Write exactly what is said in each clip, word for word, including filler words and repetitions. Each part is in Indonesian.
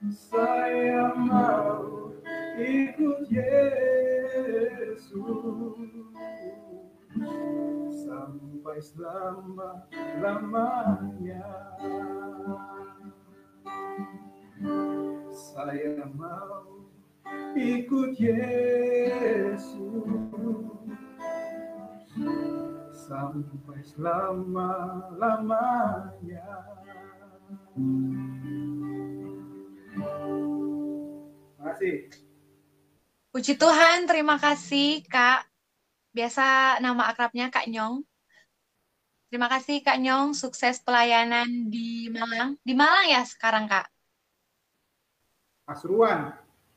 Saya mau ikut Yesus sampai selama-lamanya. Saya mau ikut Yesus sampai selama-lamanya. Terima kasih. Puji Tuhan, terima kasih Kak. Biasa nama akrabnya Kak Nyong. Terima kasih Kak Nyong, sukses pelayanan di Malang. Di Malang ya sekarang Kak? Pasuruan.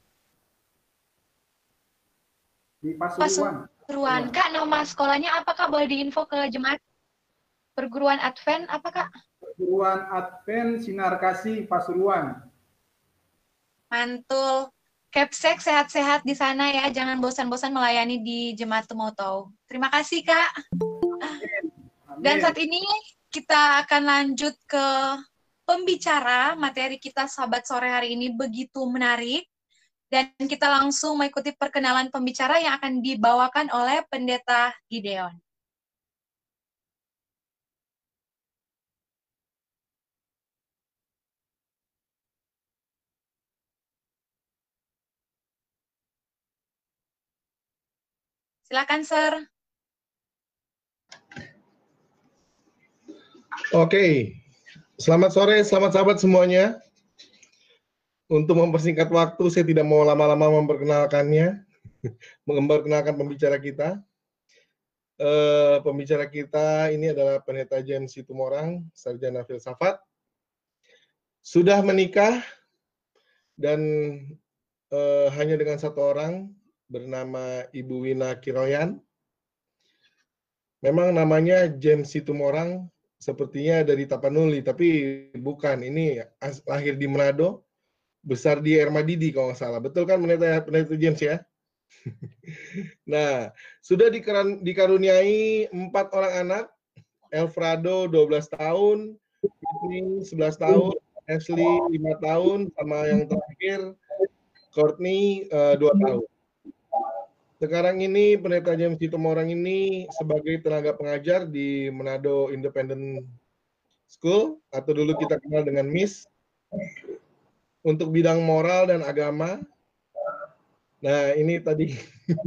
Di Pasuruan. Pasuruan. Kak, nama sekolahnya apa Kak? Boleh diinfo ke jemaat? Perguruan Advent apa Kak? Perguruan Advent Sinar Kasih Pasuruan. Mantul. Kepsek sehat-sehat di sana ya, jangan bosan-bosan melayani di Jemaat Tumoto. Terima kasih Kak. Amin. Dan saat ini kita akan lanjut ke pembicara. Materi kita sahabat sore hari ini begitu menarik. Dan kita langsung mengikuti perkenalan pembicara yang akan dibawakan oleh Pendeta Gideon. Silakan, Sir. Oke, selamat sore, selamat sahabat semuanya. Untuk mempersingkat waktu, saya tidak mau lama-lama memperkenalkannya, memperkenalkan pembicara kita. Uh, pembicara kita ini adalah Pendeta James Situmorang, sarjana filsafat, sudah menikah dan uh, hanya dengan satu orang, bernama Ibu Wina Kiroyan. Memang namanya James Situmorang, sepertinya dari Tapanuli, tapi bukan. Ini lahir di Manado, besar di Ermadidi kalau nggak salah. Betul kan Pendeta, Pendeta James ya? Nah, sudah dikaruniai empat orang anak. Elfrado dua belas tahun, Whitney sebelas tahun, Ashley lima tahun, sama yang terakhir Courtney uh, dua tahun. Sekarang ini Pendeta James Situmorang ini sebagai tenaga pengajar di Manado Independent School, atau dulu kita kenal dengan M I S, untuk bidang moral dan agama. Nah, ini tadi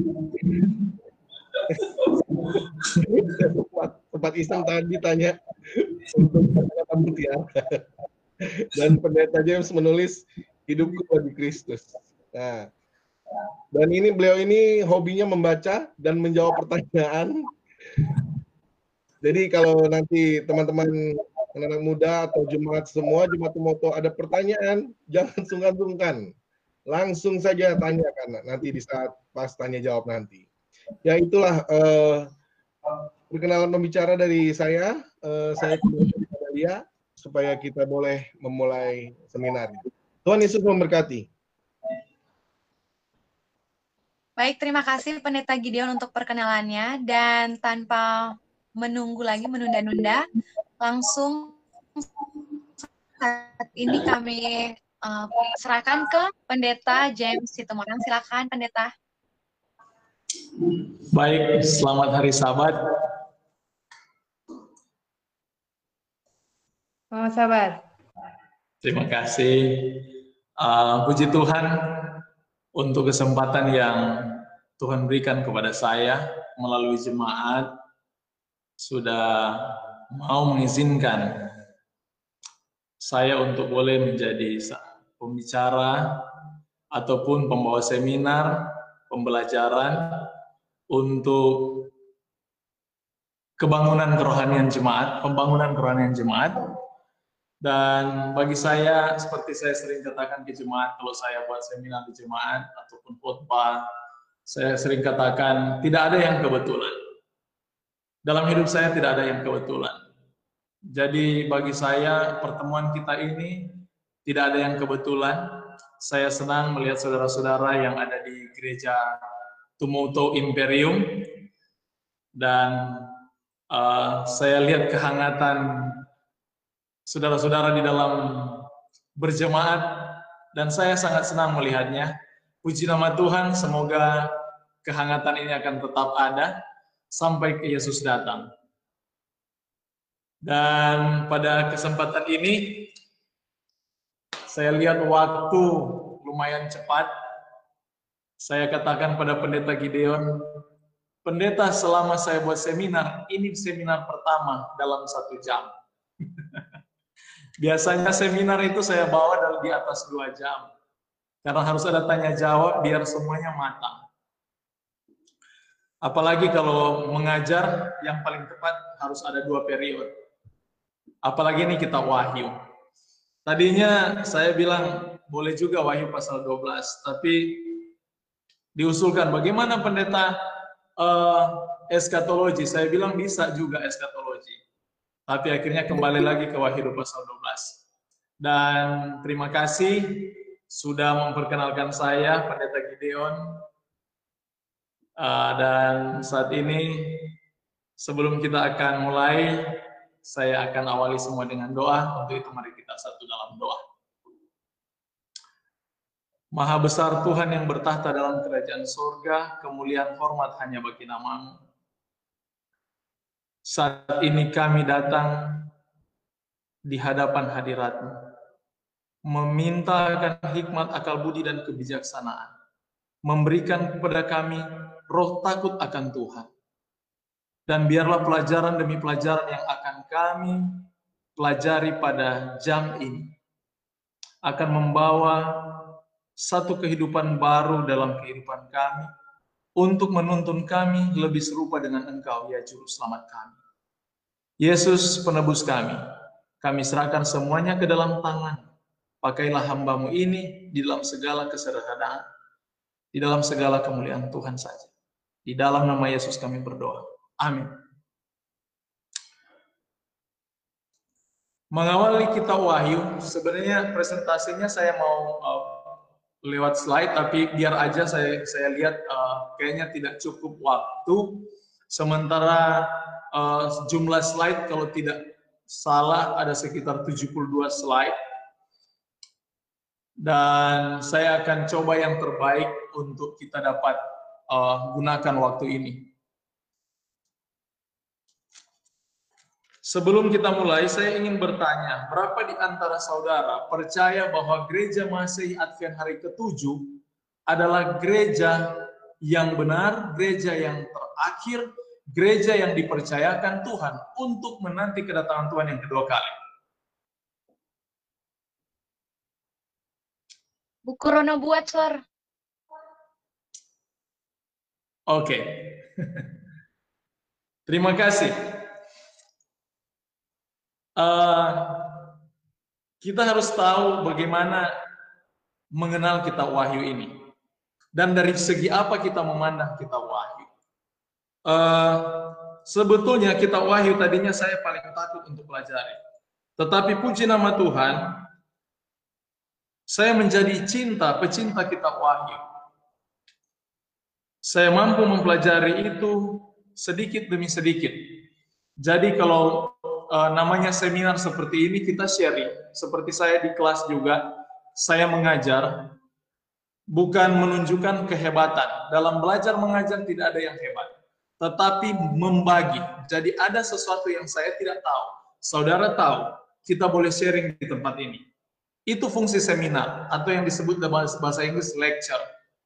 tempat iseng tadi tanya untuk tamu ya. Dan Pendeta James menulis hidupku bagi Kristus. Nah, dan ini beliau ini hobinya membaca dan menjawab pertanyaan. Jadi kalau nanti teman-teman anak muda atau jemaat semua, jemaat Tumoto ada pertanyaan, jangan sungkan-sungkan. Langsung saja tanyakan nanti di saat pas tanya jawab nanti. Ya itulah uh, perkenalan pembicara dari saya. Uh, saya kembali kepada dia supaya kita boleh memulai seminar. Tuhan Yesus memberkati. Baik, terima kasih Pendeta Gideon untuk perkenalannya. Dan tanpa menunggu lagi, menunda-nunda, langsung saat ini kami uh, serahkan ke Pendeta James Situmorang. Silakan Pendeta. Baik, selamat hari Sabat. Selamat Sabat. Terima kasih. Uh, puji Tuhan untuk kesempatan yang Tuhan berikan kepada saya melalui jemaat, sudah mau mengizinkan saya untuk boleh menjadi pembicara ataupun pembawa seminar pembelajaran untuk kebangunan kerohanian jemaat, pembangunan kerohanian jemaat. Dan bagi saya, seperti saya sering katakan ke jemaat, kalau saya buat seminar di jemaat ataupun khotbah, saya sering katakan tidak ada yang kebetulan. Dalam hidup saya tidak ada yang kebetulan. Jadi bagi saya pertemuan kita ini tidak ada yang kebetulan. Saya senang melihat saudara-saudara yang ada di gereja Tumoto Imperium, dan uh, saya lihat kehangatan saudara-saudara di dalam berjemaat, dan saya sangat senang melihatnya. Puji nama Tuhan, semoga kehangatan ini akan tetap ada sampai ke Yesus datang. Dan pada kesempatan ini, saya lihat waktu lumayan cepat. Saya katakan pada Pendeta Gideon, Pendeta, selama saya buat seminar, ini seminar pertama dalam satu jam. Biasanya seminar itu saya bawa dari di atas dua jam. Karena harus ada tanya jawab biar semuanya matang. Apalagi kalau mengajar, yang paling tepat harus ada dua periode. Apalagi ini kita Wahyu. Tadinya saya bilang boleh juga Wahyu pasal dua belas, tapi diusulkan bagaimana pendeta uh, eskatologi. Saya bilang bisa juga eskatologi. Tapi akhirnya kembali lagi ke Wahyu pasal dua belas. Dan terima kasih sudah memperkenalkan saya, Pendeta Gideon. Uh, dan saat ini, sebelum kita akan mulai, saya akan awali semua dengan doa. Untuk itu mari kita satu dalam doa. Maha besar Tuhan yang bertahta dalam kerajaan surga, kemuliaan hormat hanya bagi nama-Mu. Saat ini kami datang di hadapan hadirat-Mu, memintakan hikmat, akal budi, dan kebijaksanaan. Memberikan kepada kami roh takut akan Tuhan. Dan biarlah pelajaran demi pelajaran yang akan kami pelajari pada jam ini akan membawa satu kehidupan baru dalam kehidupan kami untuk menuntun kami lebih serupa dengan Engkau, ya Juru Selamat kami. Yesus, penebus kami, kami serahkan semuanya ke dalam tangan. Pakailah hamba-Mu ini di dalam segala kesederhanaan, di dalam segala kemuliaan Tuhan saja. Di dalam nama Yesus kami berdoa. Amin. Mengawali kita Wahyu, sebenarnya presentasinya saya mau uh, lewat slide, tapi biar aja saya saya lihat uh, kayaknya tidak cukup waktu. Sementara uh, jumlah slide kalau tidak salah ada sekitar tujuh puluh dua slide. Dan saya akan coba yang terbaik untuk kita dapat uh, gunakan waktu ini. Sebelum kita mulai, saya ingin bertanya, berapa di antara saudara percaya bahwa gereja Masehi Advent hari ketujuh adalah gereja yang benar, gereja yang terakhir, gereja yang dipercayakan Tuhan untuk menanti kedatangan Tuhan yang kedua kali? Bu Corona buat, Sor. Oke. Terima kasih. Uh, kita harus tahu bagaimana mengenal kitab Wahyu ini. Dan dari segi apa kita memandang kitab Wahyu. Uh, sebetulnya kitab Wahyu tadinya saya paling takut untuk pelajari. Tetapi puji nama Tuhan, saya menjadi cinta, pecinta kitab Wahyu. Saya mampu mempelajari itu sedikit demi sedikit. Jadi kalau uh, namanya seminar seperti ini, kita sharing. Seperti saya di kelas juga, saya mengajar, bukan menunjukkan kehebatan. Dalam belajar mengajar tidak ada yang hebat, tetapi membagi. Jadi ada sesuatu yang saya tidak tahu, saudara tahu, kita boleh sharing di tempat ini. Itu fungsi seminar, atau yang disebut dalam bahasa Inggris lecture,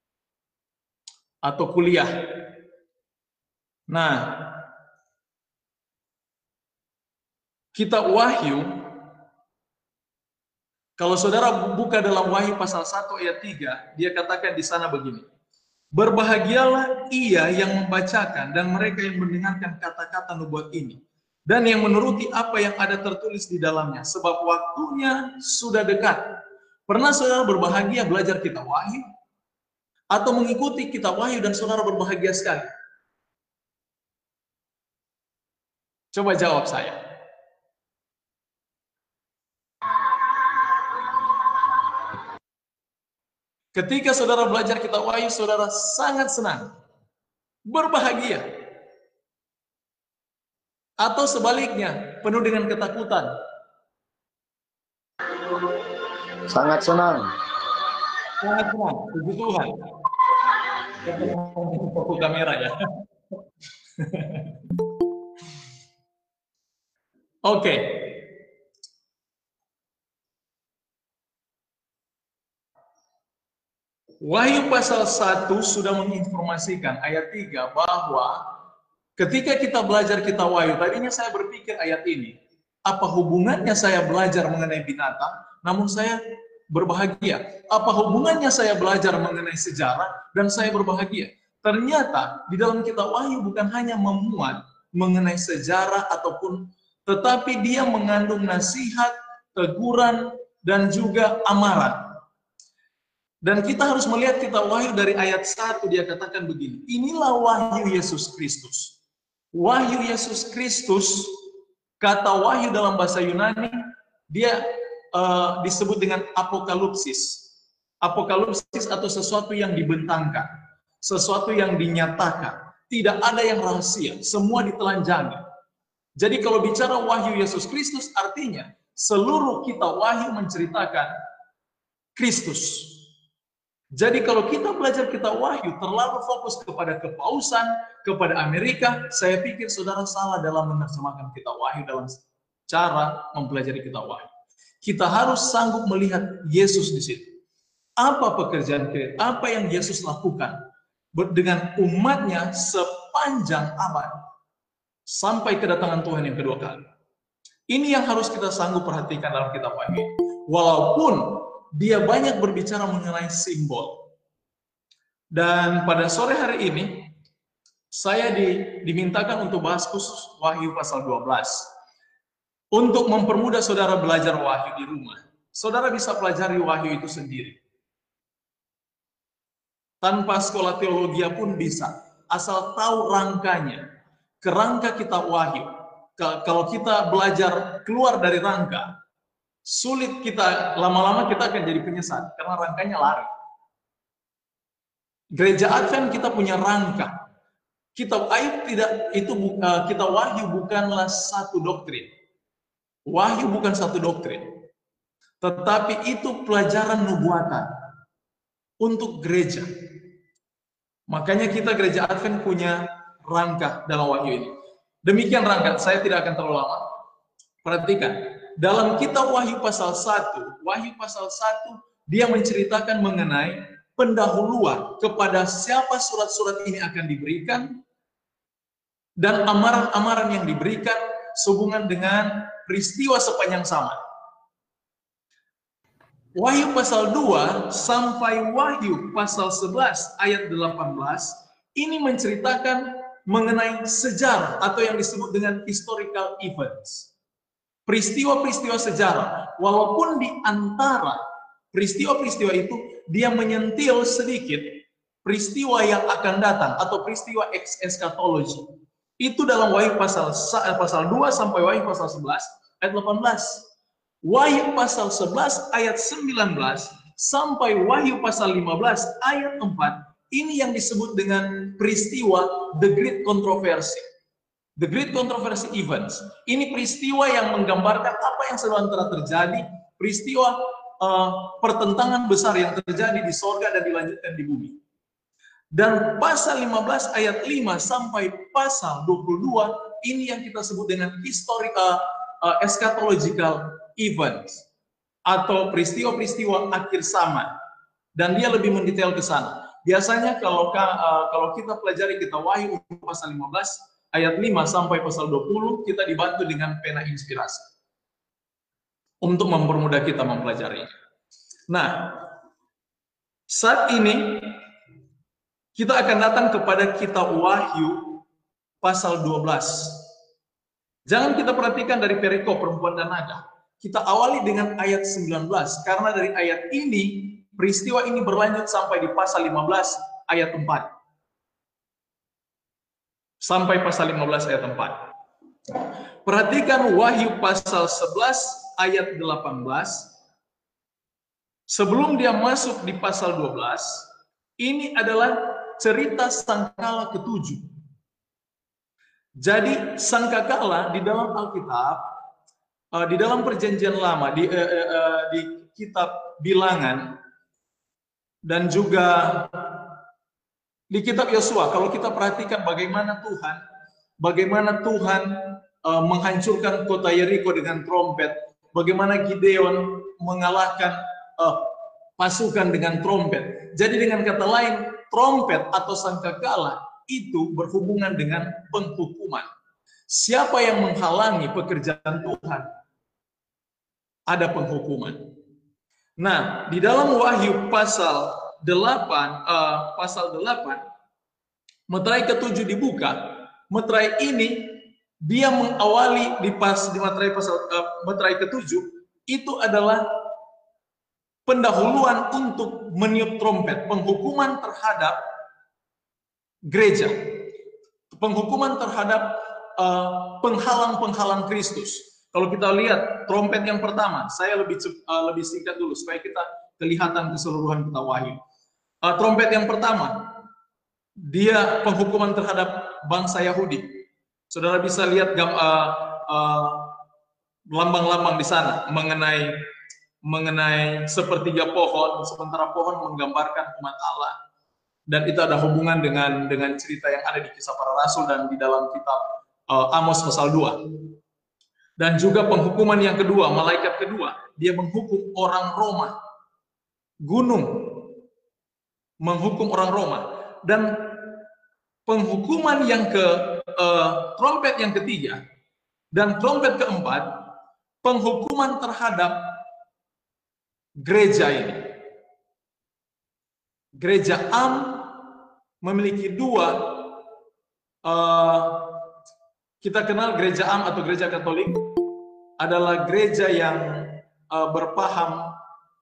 atau kuliah. Nah, kitab Wahyu, kalau saudara buka dalam Wahyu pasal satu ayat tiga, dia katakan di sana begini. Berbahagialah ia yang membacakan dan mereka yang mendengarkan kata-kata nubuat ini, dan yang menuruti apa yang ada tertulis di dalamnya, sebab waktunya sudah dekat. Pernah saudara berbahagia belajar kitab Wahyu? Atau mengikuti kitab Wahyu dan saudara berbahagia sekali? Coba jawab saya. Ketika saudara belajar kitab Wahyu, saudara sangat senang, berbahagia. Atau sebaliknya, penuh dengan ketakutan. Sangat senang. Sangat senang, puji Tuhan. Fokus kamera ya. Oke. Wahyu pasal satu sudah menginformasikan ayat tiga bahwa ketika kita belajar kitab Wahyu, tadinya saya berpikir ayat ini, apa hubungannya saya belajar mengenai binatang, namun saya berbahagia. Apa hubungannya saya belajar mengenai sejarah dan saya berbahagia? Ternyata di dalam kitab Wahyu bukan hanya memuat mengenai sejarah ataupun, tetapi dia mengandung nasihat, teguran, dan juga amaran. Dan kita harus melihat kitab Wahyu dari ayat satu, dia katakan begini, inilah wahyu Yesus Kristus. Wahyu Yesus Kristus, kata wahyu dalam bahasa Yunani, dia uh, disebut dengan apokalipsis. Apokalipsis atau sesuatu yang dibentangkan, sesuatu yang dinyatakan. Tidak ada yang rahasia, semua ditelanjangi. Jadi kalau bicara wahyu Yesus Kristus, artinya seluruh kitab Wahyu menceritakan Kristus. Jadi kalau kita belajar kitab Wahyu terlalu fokus kepada kepausan, kepada Amerika, saya pikir saudara salah dalam menerjemahkan kitab Wahyu dalam cara mempelajari kitab Wahyu. Kita harus sanggup melihat Yesus di situ. Apa pekerjaan kita? Apa yang Yesus lakukan dengan umatnya sepanjang abad sampai kedatangan Tuhan yang kedua kali. Ini yang harus kita sanggup perhatikan dalam kitab Wahyu. Walaupun dia banyak berbicara mengenai simbol. Dan pada sore hari ini, saya di, dimintakan untuk bahas khusus Wahyu pasal dua belas. Untuk mempermudah saudara belajar Wahyu di rumah. Saudara bisa pelajari Wahyu itu sendiri. Tanpa sekolah teologi pun bisa. Asal tahu rangkanya. Kerangka kitab Wahyu. Kalau kita belajar keluar dari rangka, sulit kita, lama-lama kita akan jadi penyesat karena rangkanya lari. Gereja Advent kita punya rangka. Kitab Ayub tidak itu uh, kitab Wahyu bukanlah satu doktrin. Wahyu bukan satu doktrin. Tetapi itu pelajaran nubuatan untuk gereja. Makanya kita gereja Advent punya rangka dalam Wahyu ini. Demikian rangka, saya tidak akan terlalu lama. Perhatikan. Dalam kitab Wahyu pasal satu, Wahyu pasal satu, dia menceritakan mengenai pendahuluan kepada siapa surat-surat ini akan diberikan, dan amaran-amaran yang diberikan sehubungan dengan peristiwa sepanjang zaman. Wahyu pasal dua sampai Wahyu pasal sebelas ayat delapan belas, ini menceritakan mengenai sejarah atau yang disebut dengan historical events. Peristiwa-peristiwa sejarah, walaupun di antara peristiwa-peristiwa itu, dia menyentil sedikit peristiwa yang akan datang, atau peristiwa eskatologi. Itu dalam Wahyu pasal, pasal dua sampai Wahyu pasal sebelas, ayat delapan belas. Wahyu pasal sebelas, ayat sembilan belas, sampai Wahyu pasal lima belas, ayat empat, ini yang disebut dengan peristiwa The Great Controversy. The Great Controversy Events. Ini peristiwa yang menggambarkan apa yang sedang terjadi, peristiwa uh, pertentangan besar yang terjadi di sorga dan dilanjutkan di bumi. Dan pasal lima belas ayat lima sampai pasal dua puluh dua, ini yang kita sebut dengan historical uh, eschatological events atau peristiwa-peristiwa akhir zaman. Dan dia lebih mendetail ke sana. Biasanya kalau uh, kalau kita pelajari kitab Wahyu pasal lima belas ayat lima sampai pasal dua puluh, kita dibantu dengan pena inspirasi untuk mempermudah kita mempelajari. Nah, saat ini kita akan datang kepada kitab Wahyu pasal dua belas. Jangan kita perhatikan dari perikop perempuan dan naga. Kita awali dengan ayat sembilan belas, karena dari ayat ini peristiwa ini berlanjut sampai di pasal lima belas ayat empat. Sampai pasal lima belas ayat empat. Perhatikan Wahyu pasal sebelas ayat delapan belas. Sebelum dia masuk di pasal dua belas, ini adalah cerita sangkala ketujuh. Jadi sangkakala di dalam Alkitab, di dalam perjanjian lama, di, di kitab Bilangan, dan juga di kitab Yosua, kalau kita perhatikan bagaimana Tuhan, bagaimana Tuhan uh, menghancurkan kota Yeriko dengan trompet, bagaimana Gideon mengalahkan uh, pasukan dengan trompet. Jadi dengan kata lain, trompet atau sangkakala itu berhubungan dengan penghukuman. Siapa yang menghalangi pekerjaan Tuhan, ada penghukuman. Nah, di dalam Wahyu pasal delapan, uh, pasal delapan, meterai ketujuh dibuka. Meterai ini dia mengawali di pas di meterai pasal uh, meterai ketujuh itu adalah pendahuluan untuk meniup trompet, penghukuman terhadap gereja, penghukuman terhadap penghalang-penghalang uh, Kristus. Kalau kita lihat trompet yang pertama, saya lebih uh, lebih singkat dulu supaya kita kelihatan keseluruhan kita Wahyu. Uh, trompet yang pertama, dia penghukuman terhadap bangsa Yahudi. Saudara bisa lihat lambang-lambang uh, uh, di sana mengenai mengenai sepertiga pohon, sementara pohon menggambarkan umat Allah. Dan itu ada hubungan dengan dengan cerita yang ada di Kisah Para Rasul dan di dalam kitab uh, Amos pasal dua. Dan juga penghukuman yang kedua, malaikat kedua, dia menghukum orang Roma. Gunung menghukum orang Roma. Dan penghukuman yang ke uh, trompet yang ketiga dan trompet keempat, penghukuman terhadap gereja ini. Gereja Am memiliki dua, uh, kita kenal gereja Am atau gereja Katolik adalah gereja yang uh, berpaham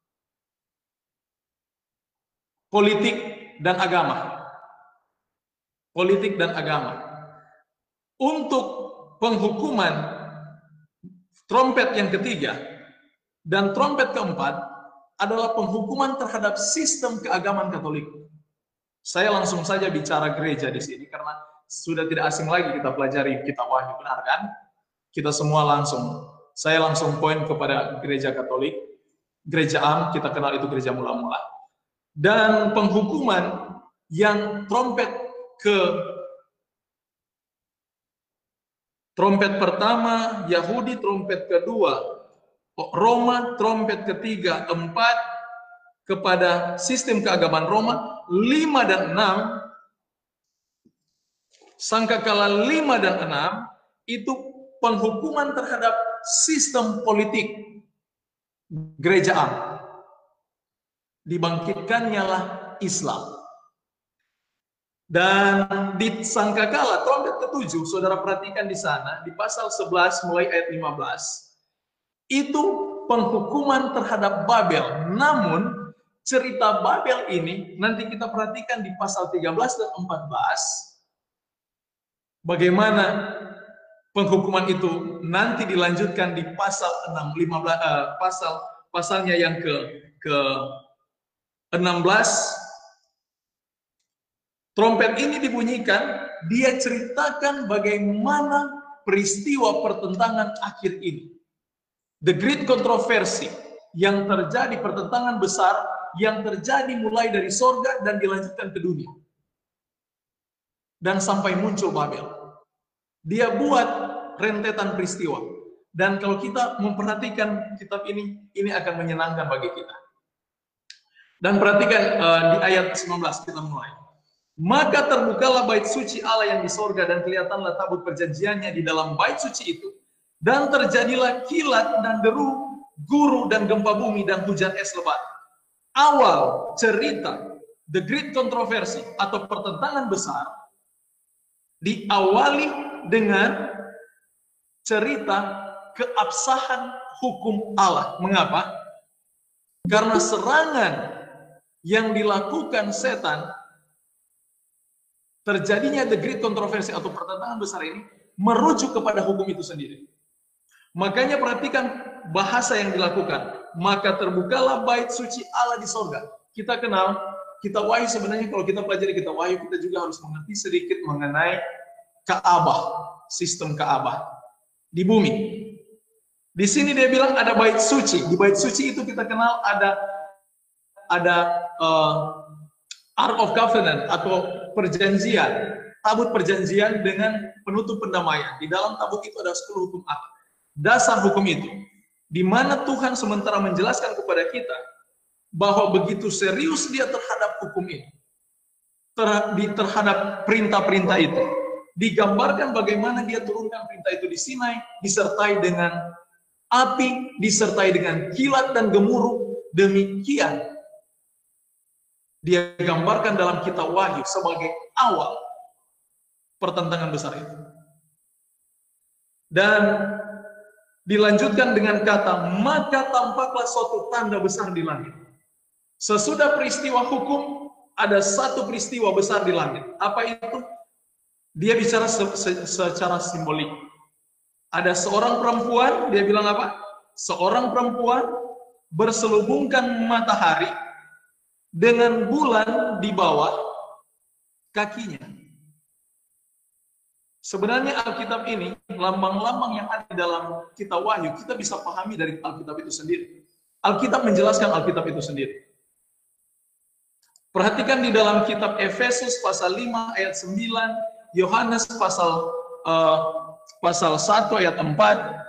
politik dan agama. Politik dan agama. Untuk penghukuman trompet yang ketiga dan trompet keempat adalah penghukuman terhadap sistem keagamaan Katolik. Saya langsung saja bicara gereja di sini karena sudah tidak asing lagi kita pelajari kitab Wahyu, benar kan? Kita semua langsung, saya langsung poin kepada gereja Katolik, gereja Am, kita kenal itu gereja mula-mula. Dan penghukuman yang trompet ke trompet pertama Yahudi, trompet kedua Roma, trompet ketiga empat kepada sistem keagamaan Roma, lima dan enam, sangkakala lima dan enam itu penghukuman terhadap sistem politik gereja Am. Dibangkitkannya lah Islam. Dan di sangkakala trompet ketujuh, saudara perhatikan di sana di pasal sebelas mulai ayat lima belas, itu penghukuman terhadap Babel. Namun cerita Babel ini nanti kita perhatikan di pasal tiga belas dan empat belas, bagaimana penghukuman itu nanti dilanjutkan di pasal enam, lima belas, uh, pasal pasalnya yang ke ke enam belas. Trompet ini dibunyikan, dia ceritakan bagaimana peristiwa pertentangan akhir ini. The Great Controversy yang terjadi, pertentangan besar yang terjadi mulai dari sorga dan dilanjutkan ke dunia. Dan sampai muncul Babel. Dia buat rentetan peristiwa. Dan kalau kita memperhatikan kitab ini, ini akan menyenangkan bagi kita. Dan perhatikan uh, di ayat sembilan belas kita mulai. Maka terbukalah bait suci Allah yang di sorga dan kelihatanlah tabut perjanjiannya di dalam bait suci itu. Dan terjadilah kilat dan deru, guru dan gempa bumi dan hujan es lebat. Awal cerita The Great Controversy atau pertentangan besar diawali dengan cerita keabsahan hukum Allah. Mengapa? Karena serangan yang dilakukan setan, terjadinya The Great Controversy atau pertentangan besar ini merujuk kepada hukum itu sendiri. Makanya perhatikan bahasa yang dilakukan. Maka terbukalah bait suci Allah di sorga. Kita kenal, kita Wahyu sebenarnya kalau kita pelajari kita Wahyu, kita juga harus mengerti sedikit mengenai Ka'bah, sistem Ka'bah di bumi. Di sini dia bilang ada bait suci. Di bait suci itu kita kenal ada ada uh, Ark of Covenant atau perjanjian, tabut perjanjian dengan penutup pendamaian. Di dalam tabut itu ada sepuluh hukum Allah. Dasar hukum itu, di mana Tuhan sementara menjelaskan kepada kita bahwa begitu serius dia terhadap hukum ini, ter, di, terhadap perintah-perintah itu, digambarkan bagaimana dia turunkan perintah itu di Sinai, disertai dengan api, disertai dengan kilat dan gemuruh. Demikian dia gambarkan dalam kitab Wahyu sebagai awal pertentangan besar itu. Dan dilanjutkan dengan kata, maka tampaklah suatu tanda besar di langit. Sesudah peristiwa hukum, ada satu peristiwa besar di langit. Apa itu? Dia bicara se se secara simbolik. Ada seorang perempuan, dia bilang apa? Seorang perempuan berselubungkan matahari dengan bulan di bawah kakinya. Sebenarnya Alkitab ini, lambang-lambang yang ada dalam kitab Wahyu, kita bisa pahami dari Alkitab itu sendiri. Alkitab menjelaskan Alkitab itu sendiri. Perhatikan di dalam kitab Efesus pasal lima ayat sembilan, Yohanes pasal uh, pasal satu ayat empat,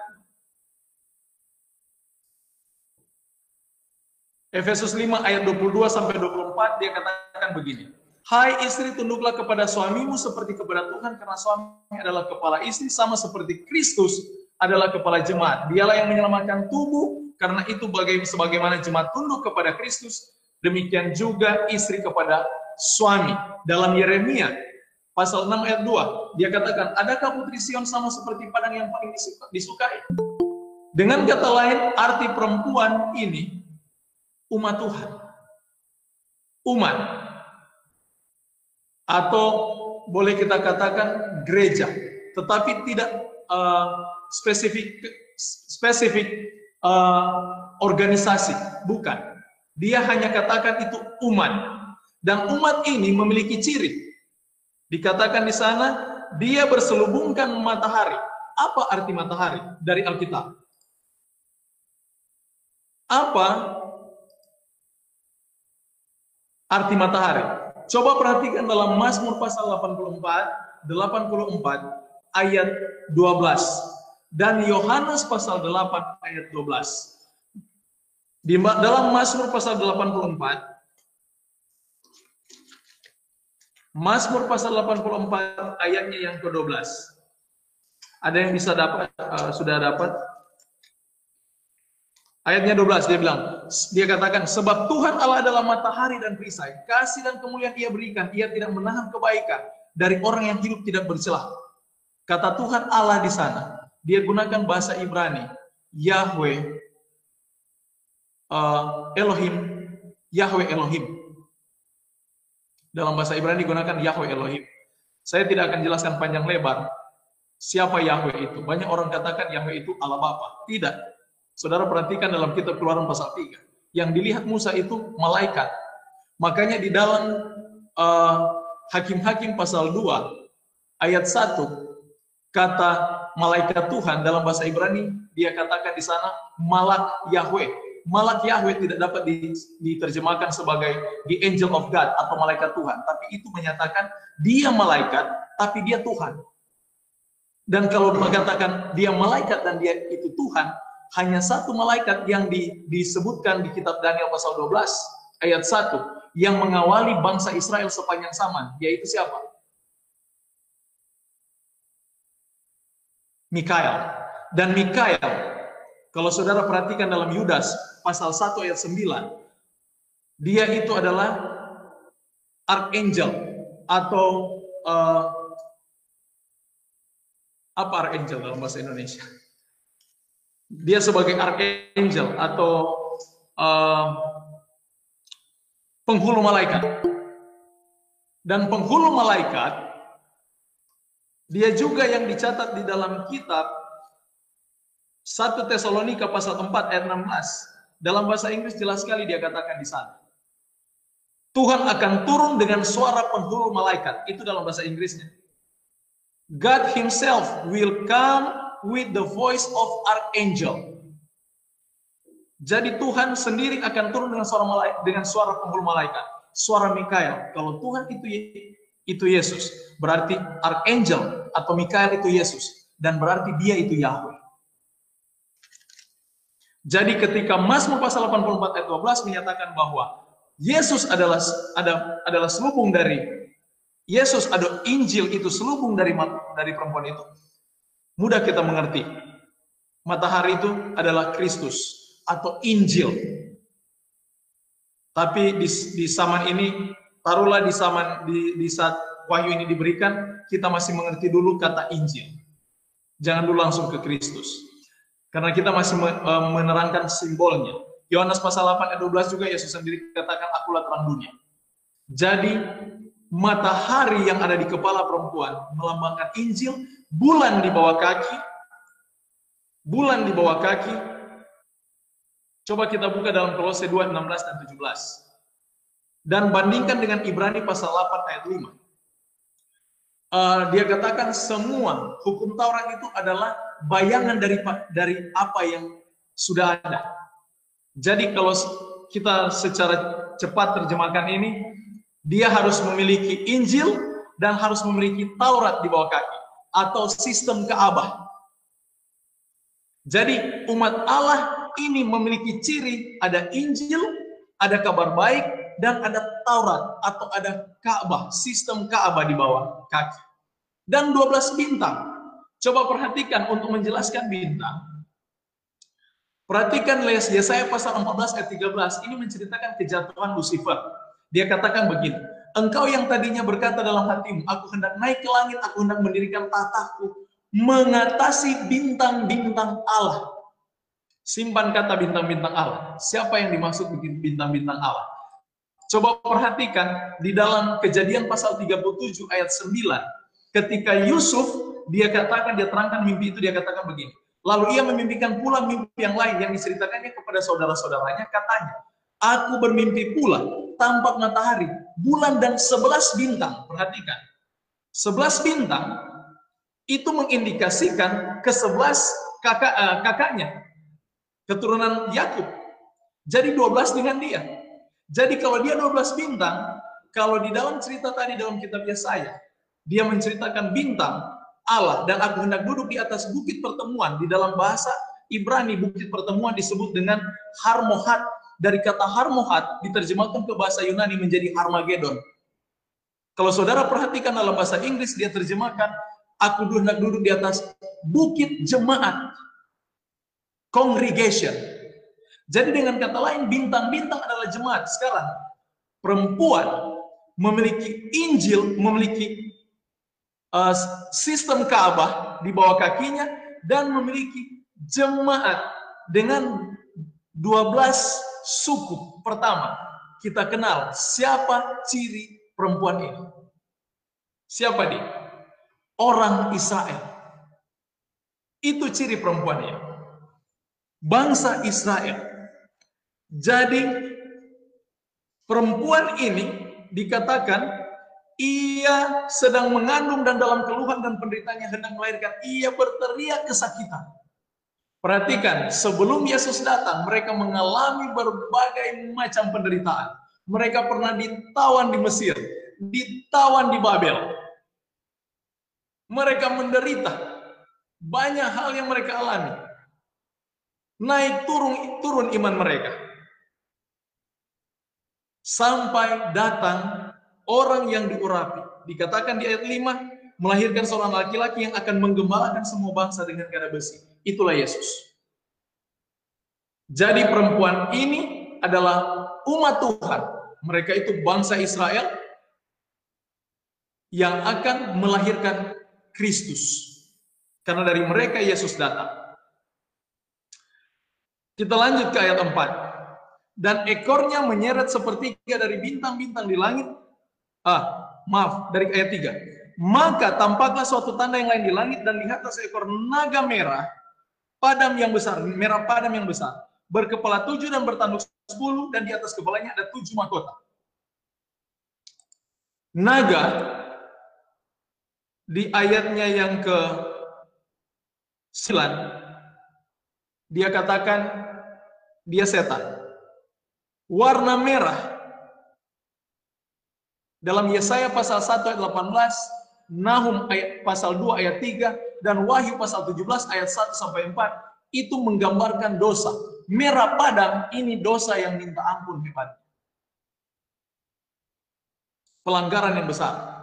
Efesus lima ayat dua puluh dua sampai dua puluh empat, dia katakan begini. Hai istri, tunduklah kepada suamimu seperti kepada Tuhan, karena suami adalah kepala istri, sama seperti Kristus adalah kepala jemaat. Dialah yang menyelamatkan tubuh, karena itu baga- sebagaimana jemaat tunduk kepada Kristus, demikian juga istri kepada suami. Dalam Yeremia pasal enam ayat dua, dia katakan, adakah putri Sion sama seperti padang yang paling disukai? Dengan kata lain, arti perempuan ini umat Tuhan, umat, atau boleh kita katakan gereja, tetapi tidak uh, spesifik spesifik uh, organisasi, bukan. Dia hanya katakan itu umat, dan umat ini memiliki ciri. Dikatakan di sana, dia berselubungkan matahari. Apa arti matahari dari Alkitab? Apa arti matahari? Coba perhatikan dalam Mazmur pasal delapan puluh empat, delapan puluh empat ayat dua belas dan Yohanes pasal delapan ayat dua belas. Di dalam Mazmur pasal delapan puluh empat, Mazmur pasal delapan puluh empat ayatnya yang ke dua belas. Ada yang bisa dapat, uh, sudah dapat? Ayatnya dua belas, dia bilang, dia katakan, sebab Tuhan Allah adalah matahari dan perisai, kasih dan kemuliaan ia berikan, ia tidak menahan kebaikan dari orang yang hidup tidak bercelah. Kata Tuhan Allah di sana, dia gunakan bahasa Ibrani, Yahweh, uh, Elohim, Yahweh Elohim. Dalam bahasa Ibrani digunakan Yahweh Elohim. Saya tidak akan jelaskan panjang lebar siapa Yahweh itu. Banyak orang katakan Yahweh itu Allah Bapa. Tidak. Saudara perhatikan dalam kitab Keluaran pasal tiga. Yang dilihat Musa itu malaikat. Makanya di dalam Hakim-Hakim uh, pasal dua ayat satu, kata malaikat Tuhan dalam bahasa Ibrani, dia katakan di sana Malak Yahweh. Malak Yahweh tidak dapat diterjemahkan sebagai the angel of God atau malaikat Tuhan, tapi itu menyatakan dia malaikat tapi dia Tuhan. Dan kalau mengatakan dia malaikat dan dia itu Tuhan, hanya satu malaikat yang di, disebutkan di kitab Daniel pasal dua belas ayat satu yang mengawali bangsa Israel sepanjang zaman, yaitu siapa? Mikael. Dan Mikael, kalau saudara perhatikan dalam Yudas pasal satu ayat sembilan, dia itu adalah archangel atau uh, apa archangel dalam bahasa Indonesia? Dia sebagai archangel atau uh, penghulu malaikat. Dan penghulu malaikat, dia juga yang dicatat di dalam kitab satu Tesalonika pasal empat ayat enam belas. Dalam bahasa Inggris jelas sekali dia katakan di sana. Tuhan akan turun dengan suara penghulu malaikat. Itu dalam bahasa Inggrisnya. God himself will come with the voice of archangel. Jadi Tuhan sendiri akan turun dengan suara malaikat, dengan suara penghulu malaikat, suara Mikael. Kalau Tuhan itu itu Yesus, berarti archangel atau Mikael itu Yesus, dan berarti dia itu Yahweh. Jadi ketika Mazmur pasal delapan puluh empat ayat dua belas menyatakan bahwa Yesus adalah ada, adalah selubung dari Yesus, ada Injil itu selubung dari dari perempuan itu, mudah kita mengerti. Matahari itu adalah Kristus atau Injil. Tapi di, di zaman ini, taruhlah di zaman di, di saat wahyu ini diberikan, kita masih mengerti dulu kata Injil. Jangan dulu langsung ke Kristus. Karena kita masih menerangkan simbolnya. Yohanes pasal delapan ayat dua belas juga Yesus sendiri katakan, akulah terang dunia. Jadi matahari yang ada di kepala perempuan melambangkan Injil, bulan di bawah kaki, bulan di bawah kaki. Coba kita buka dalam Kolose dua, enam belas dan tujuh belas. Dan bandingkan dengan Ibrani pasal delapan ayat lima. Uh, dia katakan semua hukum Taurat itu adalah bayangan dari dari apa yang sudah ada. Jadi kalau kita secara cepat terjemahkan ini, dia harus memiliki Injil dan harus memiliki Taurat di bawah kaki atau sistem Ka'bah. Jadi umat Allah ini memiliki ciri, ada Injil, ada kabar baik, dan ada Taurat atau ada Ka'bah, sistem Ka'bah di bawah kaki. Dan dua belas bintang. Coba perhatikan untuk menjelaskan bintang. Perhatikan les Yesaya pasal empat belas ayat tiga belas, ini menceritakan kejatuhan Lucifer. Dia katakan begini, engkau yang tadinya berkata dalam hatimu, aku hendak naik ke langit, aku hendak mendirikan tahtaku, mengatasi bintang-bintang Allah. Simpan kata bintang-bintang Allah. Siapa yang dimaksud bintang-bintang Allah? Coba perhatikan di dalam Kejadian pasal tiga puluh tujuh ayat sembilan, ketika Yusuf, dia katakan, dia terangkan mimpi itu, dia katakan begini. Lalu ia memimpikan pula mimpi yang lain yang diceritakannya kepada saudara-saudaranya, katanya, aku bermimpi pula, tampak matahari, bulan dan sebelas bintang. Perhatikan, sebelas bintang itu mengindikasikan ke sebelas kakak, uh, kakaknya, keturunan Yakub. Jadi dua belas dengan dia. Jadi kalau dia dua belas bintang, kalau di dalam cerita tadi dalam kitab Yesaya, dia menceritakan bintang Allah, dan aku hendak duduk di atas bukit pertemuan. Di dalam bahasa Ibrani, bukit pertemuan disebut dengan Harmohat. Dari kata Harmohat diterjemahkan ke bahasa Yunani menjadi Armageddon. Kalau saudara perhatikan dalam bahasa Inggris, dia terjemahkan, aku hendak duduk di atas bukit jemaat, congregation. Jadi dengan kata lain, bintang-bintang adalah jemaat. Sekarang perempuan memiliki Injil, memiliki Uh, sistem Ka'bah di bawah kakinya, dan memiliki jemaat dengan dua belas suku. Pertama, kita kenal siapa ciri perempuan ini. Siapa dia? Orang Israel. Itu ciri perempuannya. Bangsa Israel. Jadi perempuan ini dikatakan ia sedang mengandung dan dalam keluhan dan penderitaannya hendak melahirkan. Ia berteriak kesakitan. Perhatikan, sebelum Yesus datang, mereka mengalami berbagai macam penderitaan. Mereka pernah ditawan di Mesir, ditawan di Babel. Mereka menderita. Banyak hal yang mereka alami. Naik turun turun iman mereka. Sampai datang orang yang diurapi, dikatakan di ayat lima, melahirkan seorang laki-laki yang akan menggembalakan semua bangsa dengan gada besi. Itulah Yesus. Jadi perempuan ini adalah umat Tuhan. Mereka itu bangsa Israel yang akan melahirkan Kristus. Karena dari mereka Yesus datang. Kita lanjut ke ayat empat. Dan ekornya menyeret sepertiga dari bintang-bintang di langit. Ah, maaf, dari ayat tiga. Maka tampaklah suatu tanda yang lain di langit, dan lihatlah seekor naga merah, padam yang besar, merah padam yang besar, berkepala tujuh dan bertanduk sepuluh, dan di atas kepalanya ada tujuh mahkota. Naga, di ayatnya yang ke sembilan, dia katakan, dia setan. Warna merah dalam Yesaya pasal satu ayat delapan belas, Nahum ayat pasal dua ayat tiga, dan Wahyu pasal tujuh belas ayat satu sampai empat itu menggambarkan dosa. Merah padam ini dosa yang minta ampun hebat. Pelanggaran yang besar.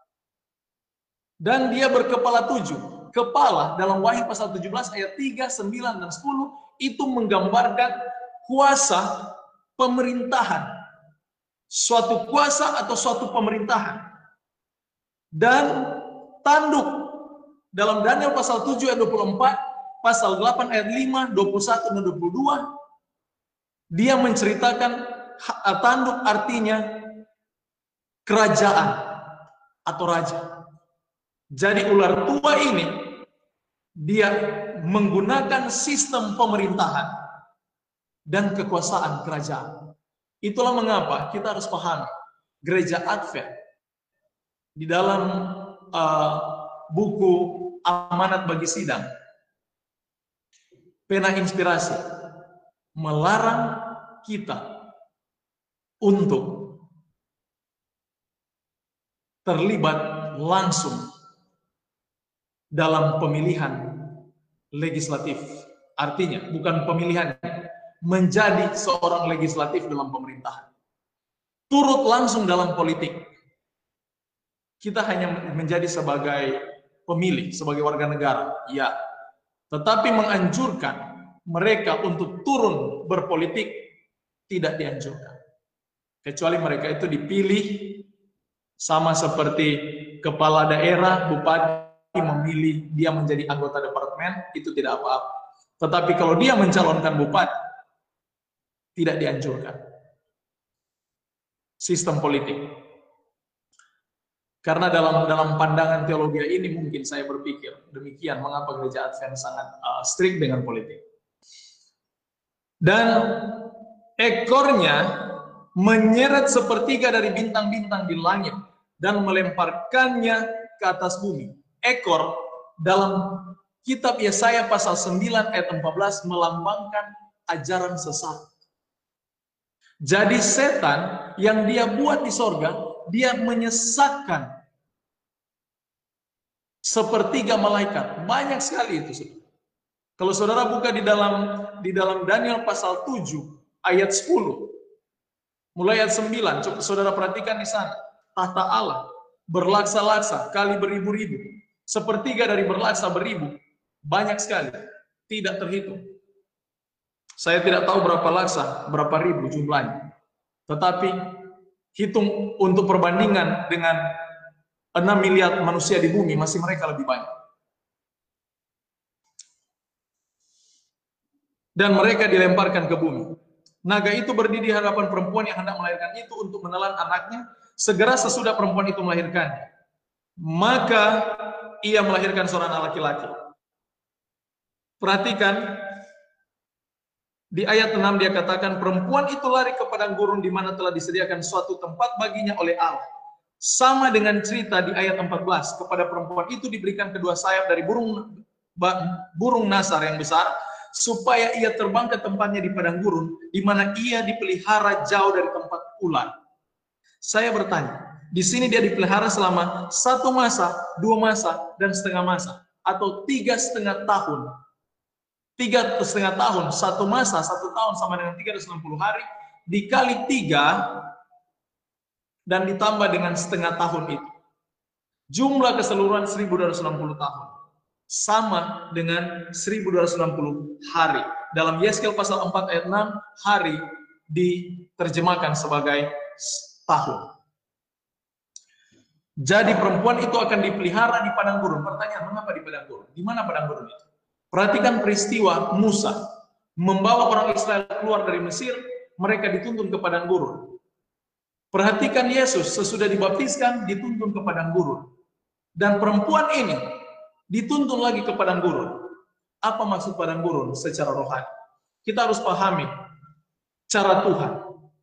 Dan dia berkepala tujuh. Kepala dalam Wahyu pasal tujuh belas ayat tiga, sembilan, dan sepuluh itu menggambarkan kuasa pemerintahan. Suatu kuasa atau suatu pemerintahan. Dan tanduk dalam Daniel pasal tujuh ayat dua puluh empat, pasal delapan ayat lima, dua puluh satu, dan dua puluh dua, dia menceritakan tanduk artinya kerajaan atau raja. Jadi ular tua ini dia menggunakan sistem pemerintahan dan kekuasaan kerajaan. Itulah mengapa kita harus pahami gereja Advent di dalam uh, buku Amanat Bagi Sidang, pena inspirasi, melarang kita untuk terlibat langsung dalam pemilihan legislatif. Artinya, bukan pemilihan, menjadi seorang legislatif dalam pemerintahan. Turut langsung dalam politik. Kita hanya menjadi sebagai pemilih, sebagai warga negara, ya. Tetapi menganjurkan mereka untuk turun berpolitik tidak dianjurkan. Kecuali mereka itu dipilih sama seperti kepala daerah, bupati memilih dia menjadi anggota departemen, itu tidak apa-apa. Tetapi kalau dia mencalonkan bupati, tidak dianjurkan. Sistem politik. Karena dalam dalam pandangan teologi ini mungkin saya berpikir demikian mengapa gereja Advent sangat uh, strict dengan politik. Dan ekornya menyeret sepertiga dari bintang-bintang di langit dan melemparkannya ke atas bumi. Ekor dalam kitab Yesaya pasal sembilan ayat empat belas melambangkan ajaran sesat. Jadi setan yang dia buat di sorga, dia menyesatkan sepertiga malaikat. Banyak sekali itu. Kalau saudara buka di dalam di dalam Daniel pasal tujuh ayat sepuluh, mulai ayat sembilan, coba saudara perhatikan di sana. Tahta Allah berlaksa-laksa kali beribu-ribu. Sepertiga dari berlaksa beribu. Banyak sekali. Tidak terhitung. Saya tidak tahu berapa laksa, berapa ribu jumlahnya. Tetapi hitung untuk perbandingan dengan enam miliar manusia di bumi, masih mereka lebih banyak. Dan mereka dilemparkan ke bumi. Naga itu berdiri di hadapan perempuan yang hendak melahirkan itu untuk menelan anaknya. Segera sesudah perempuan itu melahirkannya, maka ia melahirkan seorang anak laki-laki. Perhatikan, di ayat enam dia katakan, perempuan itu lari ke padang gurun di mana telah disediakan suatu tempat baginya oleh Allah. Sama dengan cerita di ayat empat belas, kepada perempuan itu diberikan kedua sayap dari burung burung nasar yang besar, supaya ia terbang ke tempatnya di padang gurun, di mana ia dipelihara jauh dari tempat ular. Saya bertanya, di sini dia dipelihara selama satu masa, dua masa, dan setengah masa, atau tiga setengah tahun. Tiga setengah tahun, satu masa, satu tahun sama dengan tiga ratus enam puluh hari, dikali tiga, dan ditambah dengan setengah tahun itu. Jumlah keseluruhan seribu dua ratus enam puluh tahun. Sama dengan seribu dua ratus enam puluh hari. Dalam Yeskel pasal empat ayat enam, hari diterjemahkan sebagai tahun. Jadi perempuan itu akan dipelihara di padang gurun. Pertanyaan, mengapa di padang gurun? Di mana padang gurun itu? Perhatikan peristiwa Musa membawa orang Israel keluar dari Mesir, mereka dituntun ke padang gurun. Perhatikan Yesus sesudah dibaptiskan dituntun ke padang gurun. Dan perempuan ini dituntun lagi ke padang gurun. Apa maksud padang gurun secara rohani? Kita harus pahami cara Tuhan.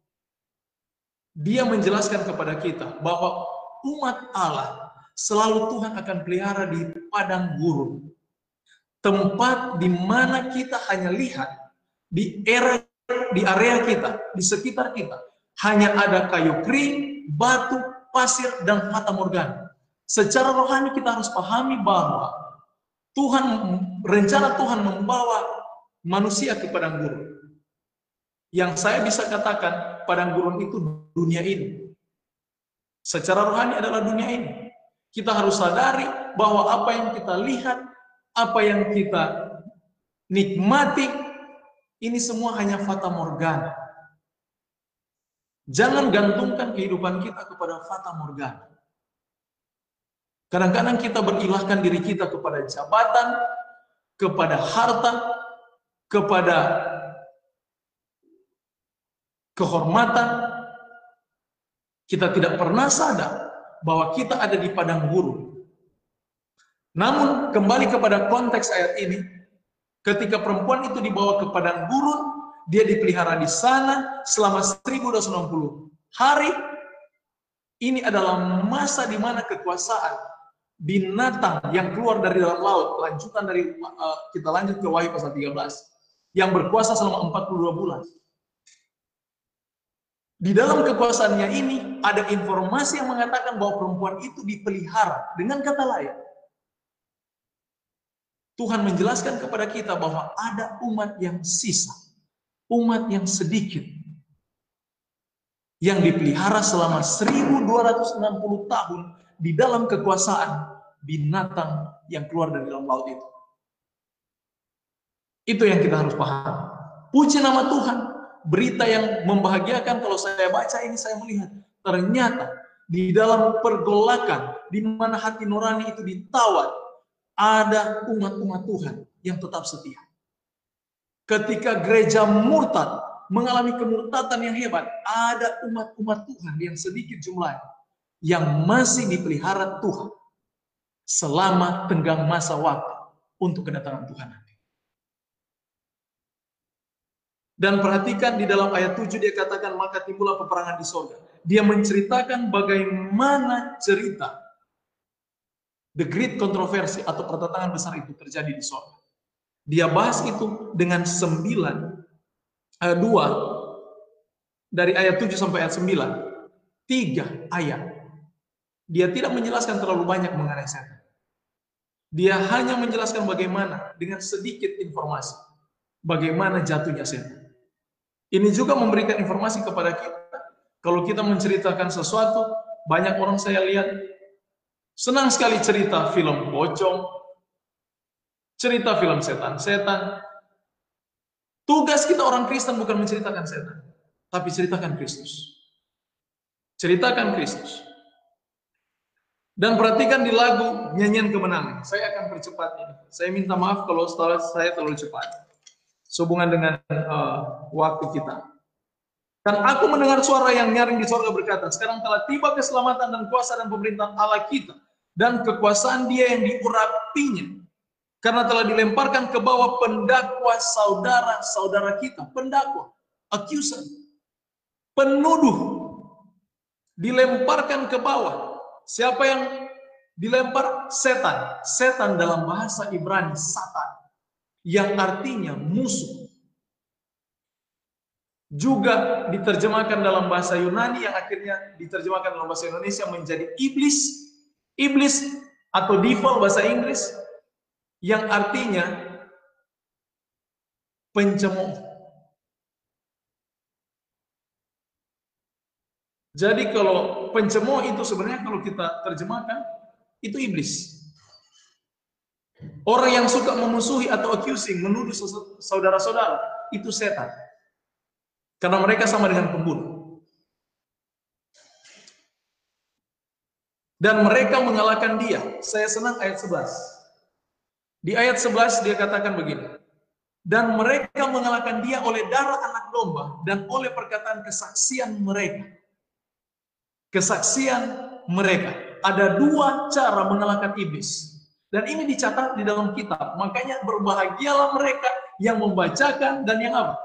Dia menjelaskan kepada kita bahwa umat Allah selalu Tuhan akan pelihara di padang gurun. Tempat di mana kita hanya lihat di era di area kita, di sekitar kita, hanya ada kayu kering, batu, pasir, dan fata morgana. Secara rohani kita harus pahami bahwa Tuhan, rencana Tuhan membawa manusia ke padang gurun. Yang saya bisa katakan, padang gurun itu dunia ini. Secara rohani adalah dunia ini. Kita harus sadari bahwa apa yang kita lihat, apa yang kita nikmati, ini semua hanya fata morgana. Jangan gantungkan kehidupan kita kepada fata morgana. Kadang-kadang kita berilahkan diri kita kepada jabatan, kepada harta, kepada kehormatan. Kita tidak pernah sadar bahwa kita ada di padang gurun. Namun kembali kepada konteks ayat ini, ketika perempuan itu dibawa ke padang gurun, dia dipelihara di sana selama seribu dua ratus enam puluh hari. Ini adalah masa di mana kekuasaan binatang yang keluar dari dalam laut, lanjutan dari uh, kita lanjut ke Wahyu pasal tiga belas, yang berkuasa selama empat puluh dua bulan. Di dalam kekuasaannya ini ada informasi yang mengatakan bahwa perempuan itu dipelihara. Dengan kata lain, Tuhan menjelaskan kepada kita bahwa ada umat yang sisa, umat yang sedikit, yang dipelihara selama seribu dua ratus enam puluh tahun di dalam kekuasaan binatang yang keluar dari dalam laut itu. Itu yang kita harus paham. Puji nama Tuhan. Berita yang membahagiakan, kalau saya baca ini saya melihat ternyata di dalam pergolakan di mana hati nurani itu ditawan, ada umat-umat Tuhan yang tetap setia. Ketika gereja murtad mengalami kemurtatan yang hebat, ada umat-umat Tuhan yang sedikit jumlahnya yang masih dipelihara Tuhan selama tenggang masa waktu untuk kedatangan Tuhan nanti. Dan perhatikan di dalam ayat tujuh dia katakan, maka timbullah peperangan di sorga. Dia menceritakan bagaimana cerita the great controversy atau pertentangan besar itu terjadi di sorga. Dia bahas itu dengan sembilan, ayat dua, dari ayat tujuh sampai ayat sembilan, tiga ayat. Dia tidak menjelaskan terlalu banyak mengenai setan. Dia hanya menjelaskan bagaimana dengan sedikit informasi, bagaimana jatuhnya setan. Ini juga memberikan informasi kepada kita. Kalau kita menceritakan sesuatu, banyak orang saya lihat senang sekali cerita film pocong, cerita film setan-setan. Tugas kita orang Kristen bukan menceritakan setan, tapi ceritakan Kristus. Ceritakan Kristus. Dan perhatikan di lagu Nyanyian Kemenangan. Saya akan percepat ini. Saya minta maaf kalau saya terlalu cepat sehubungan dengan uh, waktu kita. Dan aku mendengar suara yang nyaring di sorga berkata, sekarang telah tiba keselamatan dan kuasa dan pemerintahan Allah kita, dan kekuasaan Dia yang diurapinya, karena telah dilemparkan ke bawah pendakwa saudara-saudara kita. Pendakwa, accuser, penuduh, dilemparkan ke bawah. Siapa yang dilempar? Setan. Setan dalam bahasa Ibrani, Satan, yang artinya musuh. Juga diterjemahkan dalam bahasa Yunani yang akhirnya diterjemahkan dalam bahasa Indonesia menjadi iblis. Iblis atau devil bahasa Inggris, yang artinya pencemooh. Jadi kalau pencemooh itu sebenarnya kalau kita terjemahkan itu iblis. Orang yang suka memusuhi atau accusing, menuduh saudara-saudara, itu setan. Karena mereka sama dengan pembunuh. Dan mereka mengalahkan dia. Saya senang ayat sebelas. Di ayat sebelas dia katakan begini. Dan mereka mengalahkan dia oleh darah anak domba dan oleh perkataan kesaksian mereka. Kesaksian mereka. Ada dua cara mengalahkan iblis. Dan ini dicatat di dalam kitab. Makanya berbahagialah mereka yang membacakan dan yang apa?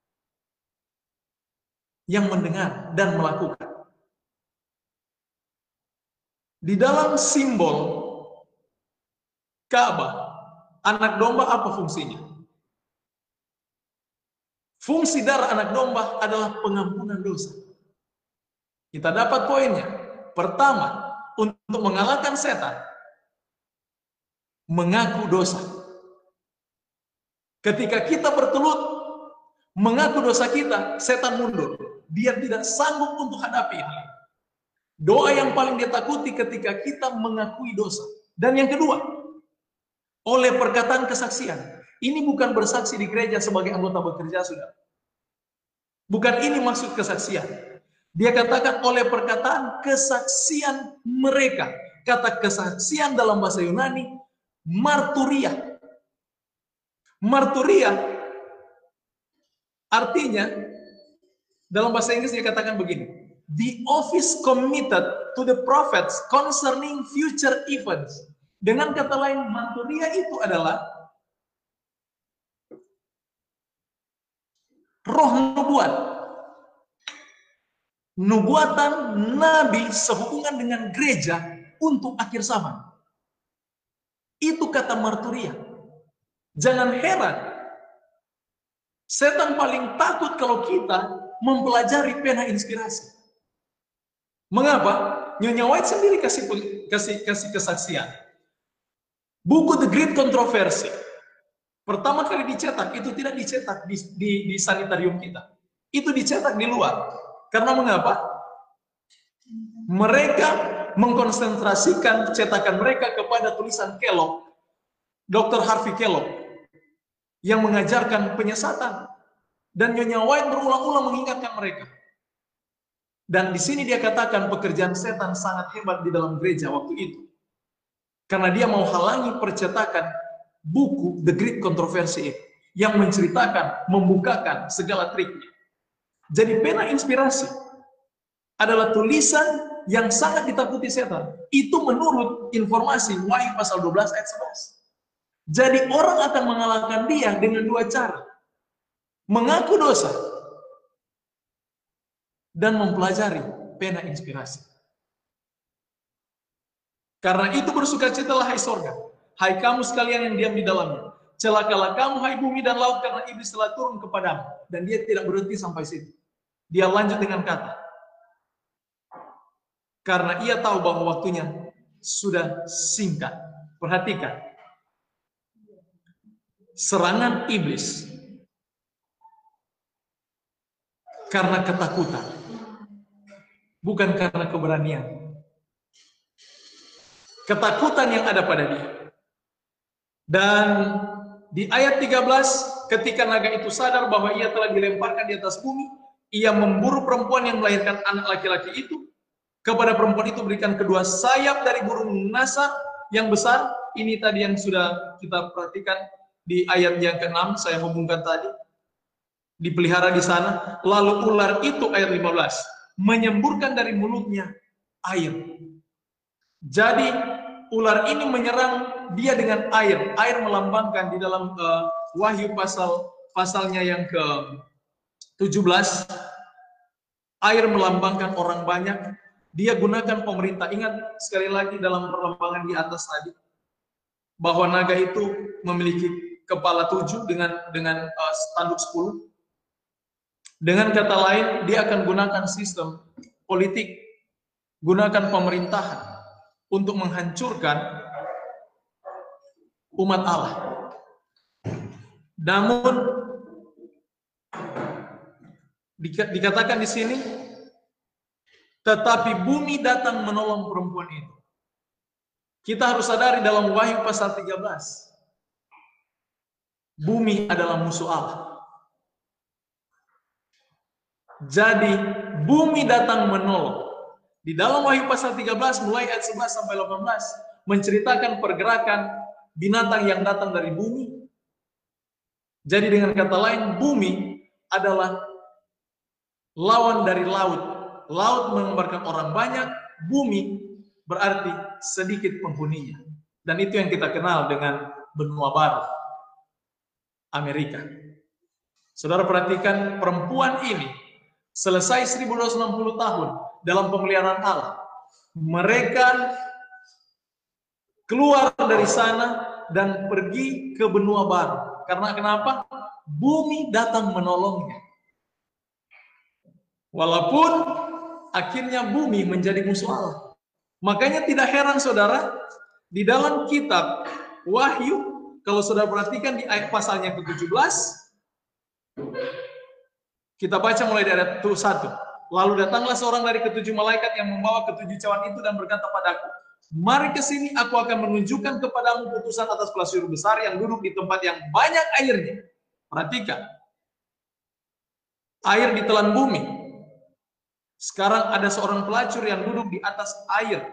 Yang mendengar dan melakukan. Di dalam simbol Ka'bah, anak domba apa fungsinya? Fungsi darah anak domba adalah pengampunan dosa. Kita dapat poinnya. Pertama, untuk mengalahkan setan, mengaku dosa. Ketika kita bertelut, mengaku dosa kita, setan mundur. Dia tidak sanggup untuk hadapi hal ini. Doa yang paling dia takuti ketika kita mengakui dosa. Dan yang kedua, oleh perkataan kesaksian. Ini bukan bersaksi di gereja sebagai anggota bekerja, saudara. Bukan ini maksud kesaksian. Dia katakan oleh perkataan kesaksian mereka. Kata kesaksian dalam bahasa Yunani, marturia. Marturia artinya, dalam bahasa Inggris dia katakan begini, the office committed to the prophets concerning future events. Dengan kata lain, marturia itu adalah roh nubuat. Nubuatan Nabi sehubungan dengan gereja untuk akhir zaman. Itu kata marturia. Jangan heran, setan paling takut kalau kita mempelajari pena inspirasi. Mengapa? Nyonya White sendiri kasih kasih kasih kesaksian. Buku The Great Controversy pertama kali dicetak itu tidak dicetak di, di, di sanitarium kita. Itu dicetak di luar. Karena mengapa? Mereka mengkonsentrasikan cetakan mereka kepada tulisan Kellogg, dokter Harvey Kellogg, yang mengajarkan penyesatan. Dan Nyonya White berulang-ulang mengingatkan mereka. Dan di sini dia katakan pekerjaan setan sangat hebat di dalam gereja waktu itu. Karena dia mau halangi percetakan buku The Great Controversy itu, yang menceritakan, membukakan segala triknya. Jadi pena inspirasi adalah tulisan yang sangat ditakuti setan. Itu menurut informasi Wahyu pasal dua belas ayat sebelas. Jadi orang akan mengalahkan dia dengan dua cara. Mengaku dosa dan mempelajari pena inspirasi. Karena itu bersukacitalah hai sorga, hai kamu sekalian yang diam di dalamnya. Celakalah kamu hai bumi dan laut, karena iblis telah turun kepadamu. Dan dia tidak berhenti sampai situ. Dia lanjut dengan kata, karena ia tahu bahwa waktunya sudah singkat. Perhatikan, serangan iblis karena ketakutan, bukan karena keberanian. Ketakutan yang ada pada dia. Dan di ayat tiga belas, ketika naga itu sadar bahwa ia telah dilemparkan di atas bumi, ia memburu perempuan yang melahirkan anak laki-laki itu. Kepada perempuan itu berikan kedua sayap dari burung nasar yang besar. Ini tadi yang sudah kita perhatikan di ayat yang keenam, saya hubungkan tadi. Dipelihara di sana. Lalu ular itu, ayat lima belas, menyemburkan dari mulutnya air. Jadi ular ini menyerang dia dengan air. Air melambangkan di dalam uh, Wahyu pasal pasalnya yang ke tujuh belas. Air melambangkan orang banyak. Dia gunakan pemerintah. Ingat sekali lagi dalam perlambangan di atas tadi, bahwa naga itu memiliki kepala tujuh dengan dengan uh, tanduk sepuluh. Dengan kata lain, dia akan gunakan sistem politik, gunakan pemerintahan untuk menghancurkan umat Allah. Namun dikatakan di sini, tetapi bumi datang menolong perempuan itu. Kita harus sadari dalam Wahyu pasal tiga belas, bumi adalah musuh Allah. Jadi bumi datang menolong. Di dalam Wahyu pasal tiga belas mulai ayat sebelas sampai delapan belas menceritakan pergerakan binatang yang datang dari bumi. Jadi dengan kata lain, bumi adalah lawan dari laut. Laut mengembarkan orang banyak, bumi berarti sedikit penghuninya. Dan itu yang kita kenal dengan benua barat Amerika. Saudara perhatikan, perempuan ini selesai seribu dua ratus enam puluh tahun dalam pemeliharaan Allah. Mereka keluar dari sana dan pergi ke benua barat. Karena kenapa? bumi datang menolongnya. Walaupun akhirnya bumi menjadi musuh Allah. Makanya tidak heran saudara, di dalam kitab Wahyu, kalau saudara perhatikan di ayat pasalnya ke tujuh belas, kita baca mulai dari ayat satu. Lalu datanglah seorang dari ketujuh malaikat yang membawa ketujuh cawan itu dan berkata padaku, mari ke sini, aku akan menunjukkan kepadamu putusan atas pelacur besar yang duduk di tempat yang banyak airnya. Perhatikan, air ditelan bumi. Sekarang ada seorang pelacur yang duduk di atas air.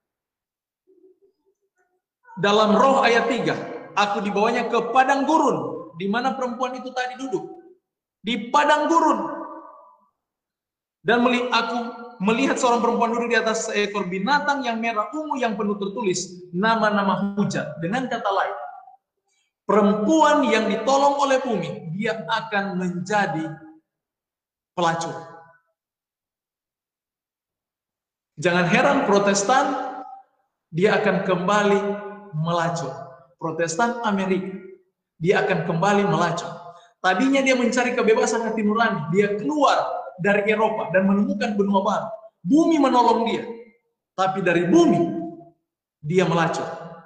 Dalam Roh ayat tiga, aku dibawanya ke padang gurun, di mana perempuan itu tadi duduk. Di padang gurun. Dan aku melihat seorang perempuan duduk di atas seekor binatang yang merah ungu yang penuh tertulis nama-nama hujat. Dengan kata lain, perempuan yang ditolong oleh bumi, dia akan menjadi pelacur. Jangan heran Protestan, dia akan kembali melacur. Protestan Amerika, dia akan kembali melacur. Tadinya dia mencari kebebasan hati nurani, dia keluar dari Eropa dan menemukan benua baru. Bumi menolong dia, tapi dari bumi dia melacur.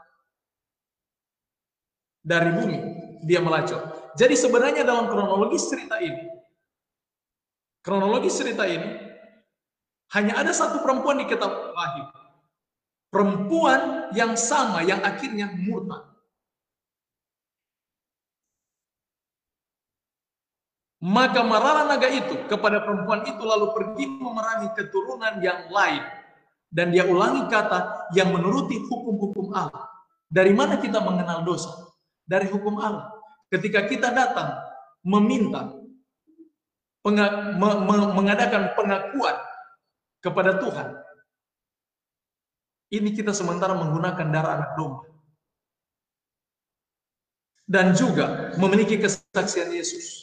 Dari bumi dia melacur. Jadi sebenarnya dalam kronologis cerita ini, kronologis cerita ini hanya ada satu perempuan di kitab Wahyu. Perempuan yang sama yang akhirnya murtad. Maka marahlah naga itu kepada perempuan itu lalu pergi memerangi keturunan yang lain. Dan dia ulangi kata yang menuruti hukum-hukum Allah. Dari mana kita mengenal dosa? Dari hukum Allah. Ketika kita datang meminta, penga, me, me, mengadakan pengakuan kepada Tuhan, ini kita sementara menggunakan darah anak domba. Dan juga memiliki kesaksian Yesus.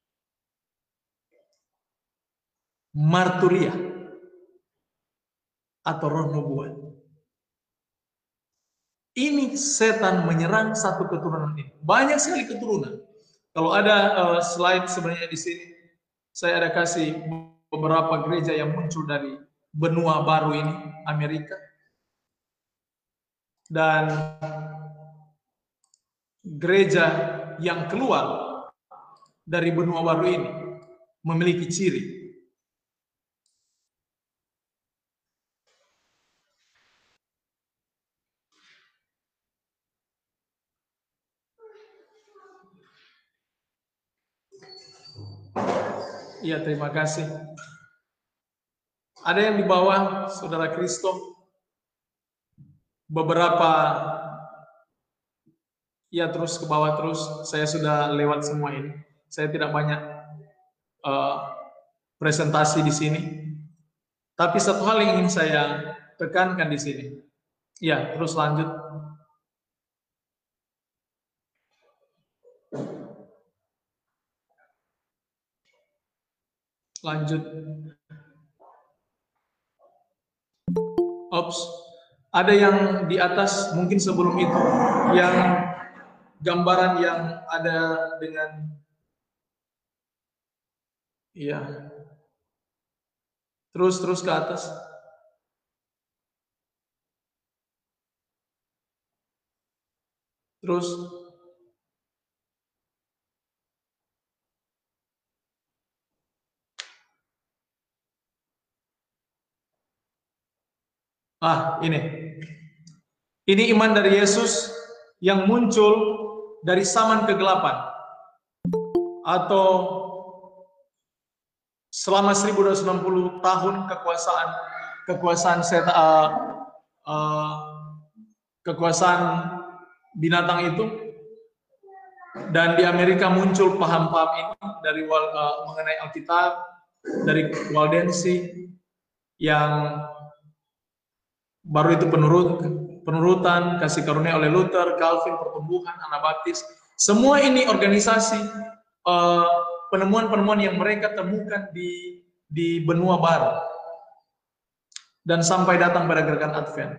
Marturia atau roh nubuat. Ini setan menyerang satu keturunan ini. Banyak sekali keturunan. Kalau ada uh, slide sebenarnya di sini, saya ada kasih beberapa gereja yang muncul dari benua baru ini, Amerika. Dan gereja yang keluar dari benua baru ini memiliki ciri. Iya, terima kasih. Ada yang di bawah, Saudara Kristo. Beberapa, ya terus ke bawah terus. Saya sudah lewat semua ini. Saya tidak banyak uh, presentasi di sini. Tapi satu hal yang ingin saya tekankan di sini. Ya, terus lanjut. Lanjut. Ops. Ada yang di atas mungkin sebelum itu yang gambaran yang ada dengan iya. Terus terus ke atas. Terus Ah, ini. Ini iman dari Yesus yang muncul dari zaman kegelapan. Atau selama seribu dua ratus enam puluh tahun kekuasaan kekuasaan setan, uh, uh, kekuasaan binatang itu. Dan di Amerika muncul paham-paham ini dari uh, mengenai Alkitab, dari Waldensi yang baru itu penurut, penurutan, kasih karunia oleh Luther, Calvin, pertumbuhan, Anabaptis. Semua ini organisasi penemuan-penemuan uh, yang mereka temukan di di benua baru. Dan sampai datang pada gerakan Advent.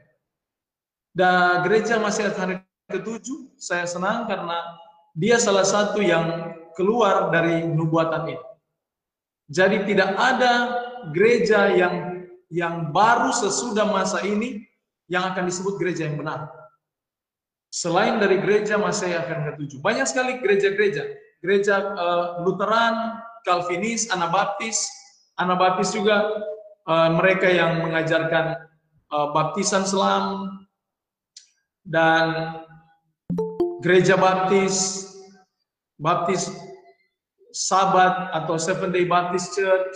Dan gereja masih hari ketujuh, saya senang karena dia salah satu yang keluar dari nubuatan ini. Jadi tidak ada gereja yang yang baru sesudah masa ini yang akan disebut gereja yang benar. Selain dari gereja Masehi akan ketujuh. Banyak sekali gereja-gereja. Gereja uh, Lutheran, Calvinis, Anabaptis. Anabaptis juga uh, mereka yang mengajarkan uh, baptisan selam. Dan gereja Baptis, Baptis Sabat atau Seventh Day Baptist Church.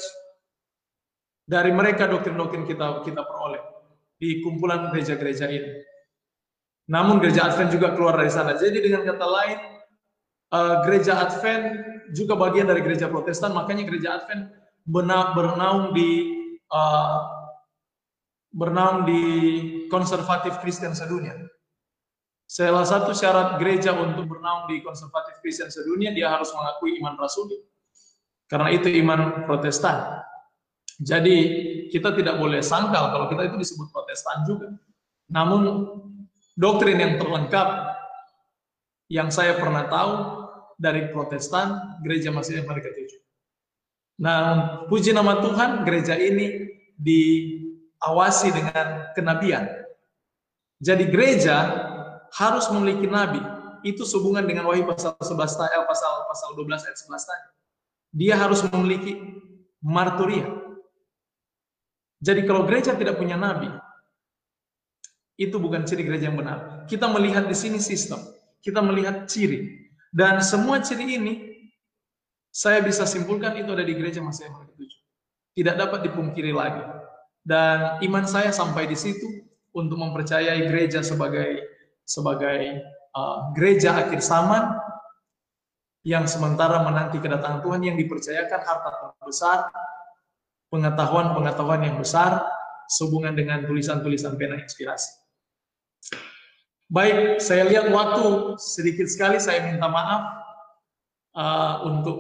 Dari mereka doktrin-doktrin kita kita peroleh di kumpulan gereja-gereja ini. Namun gereja Advent juga keluar dari sana. Jadi dengan kata lain, uh, gereja Advent juga bagian dari gereja Protestan. Makanya gereja Advent benar, bernaung di uh, bernaung di konservatif Kristen sedunia. Salah satu syarat gereja untuk bernaung di konservatif Kristen sedunia, dia harus mengakui iman rasuli. Karena itu iman Protestan. Jadi kita tidak boleh sangkal kalau kita itu disebut Protestan juga. Namun doktrin yang terlengkap yang saya pernah tahu dari Protestan, gereja Masehi yang ketujuh. Nah, puji nama Tuhan, gereja ini diawasi dengan kenabian. Jadi gereja harus memiliki nabi. Itu sehubungan dengan Wahyu pasal sebelas eh, pasal pasal dua belas ayat sebelas tadi. Dia harus memiliki marturia. Jadi kalau gereja tidak punya nabi, itu bukan ciri gereja yang benar. Kita melihat di sini sistem, kita melihat ciri, dan semua ciri ini saya bisa simpulkan itu ada di gereja Masehi yang ketujuh. Tidak dapat dipungkiri lagi. Dan iman saya sampai di situ untuk mempercayai gereja sebagai sebagai uh, gereja akhir zaman yang sementara menanti kedatangan Tuhan, yang dipercayakan harta terbesar, pengetahuan-pengetahuan yang besar sehubungan dengan tulisan-tulisan pena inspirasi. Baik, saya lihat waktu sedikit sekali, saya minta maaf uh, untuk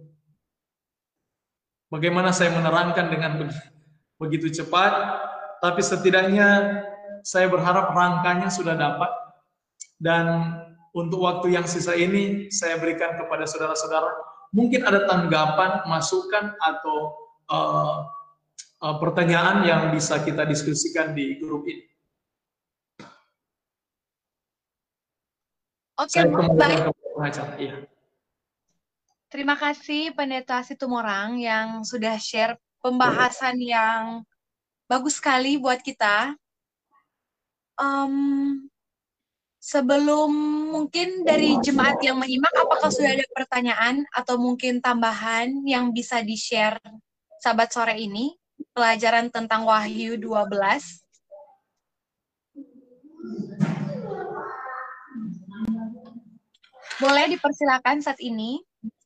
bagaimana saya menerangkan dengan begitu cepat, tapi setidaknya saya berharap rangkanya sudah dapat, dan untuk waktu yang sisa ini saya berikan kepada saudara-saudara. Mungkin ada tanggapan, masukan, atau Uh, uh, pertanyaan yang bisa kita diskusikan di grup ini. Oke, baik. Iya. Terima kasih Pendeta Situmorang yang sudah share pembahasan yang bagus sekali buat kita. Um, sebelum mungkin dari jemaat yang menyimak, apakah sudah ada pertanyaan atau mungkin tambahan yang bisa di-share sahabat sore ini, pelajaran tentang Wahyu dua belas. Boleh dipersilakan saat ini.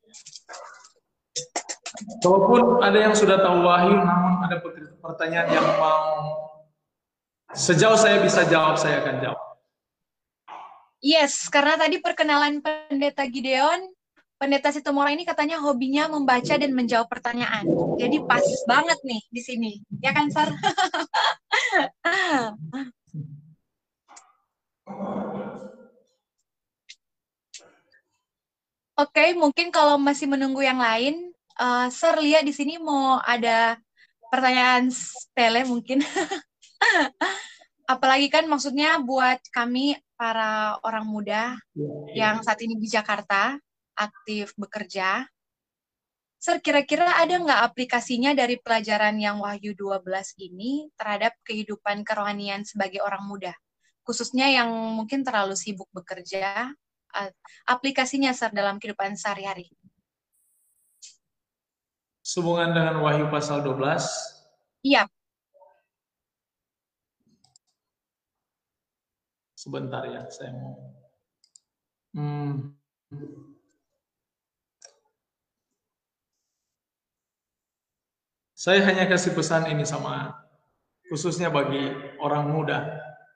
Walaupun ada yang sudah tahu Wahyu, namun ada pertanyaan yang mau, sejauh saya bisa jawab, saya akan jawab. Yes, karena tadi perkenalan Pendeta Gideon, Pendeta Situmorang ini katanya hobinya membaca dan menjawab pertanyaan. Jadi pas banget nih di sini. Ya kan, Sar? Oke, mungkin kalau masih menunggu yang lain, uh, Sar lihat di sini mau ada pertanyaan sepele mungkin. Apalagi kan maksudnya buat kami para orang muda yang saat ini di Jakarta, aktif bekerja. Sir, kira-kira ada nggak aplikasinya dari pelajaran yang Wahyu dua belas ini terhadap kehidupan kerohanian sebagai orang muda? Khususnya yang mungkin terlalu sibuk bekerja, aplikasinya, Sir, dalam kehidupan sehari-hari. Sehubungan dengan Wahyu pasal dua belas? Iya. Sebentar ya, saya mau... Hmm. Saya hanya kasih pesan ini sama, khususnya bagi orang muda.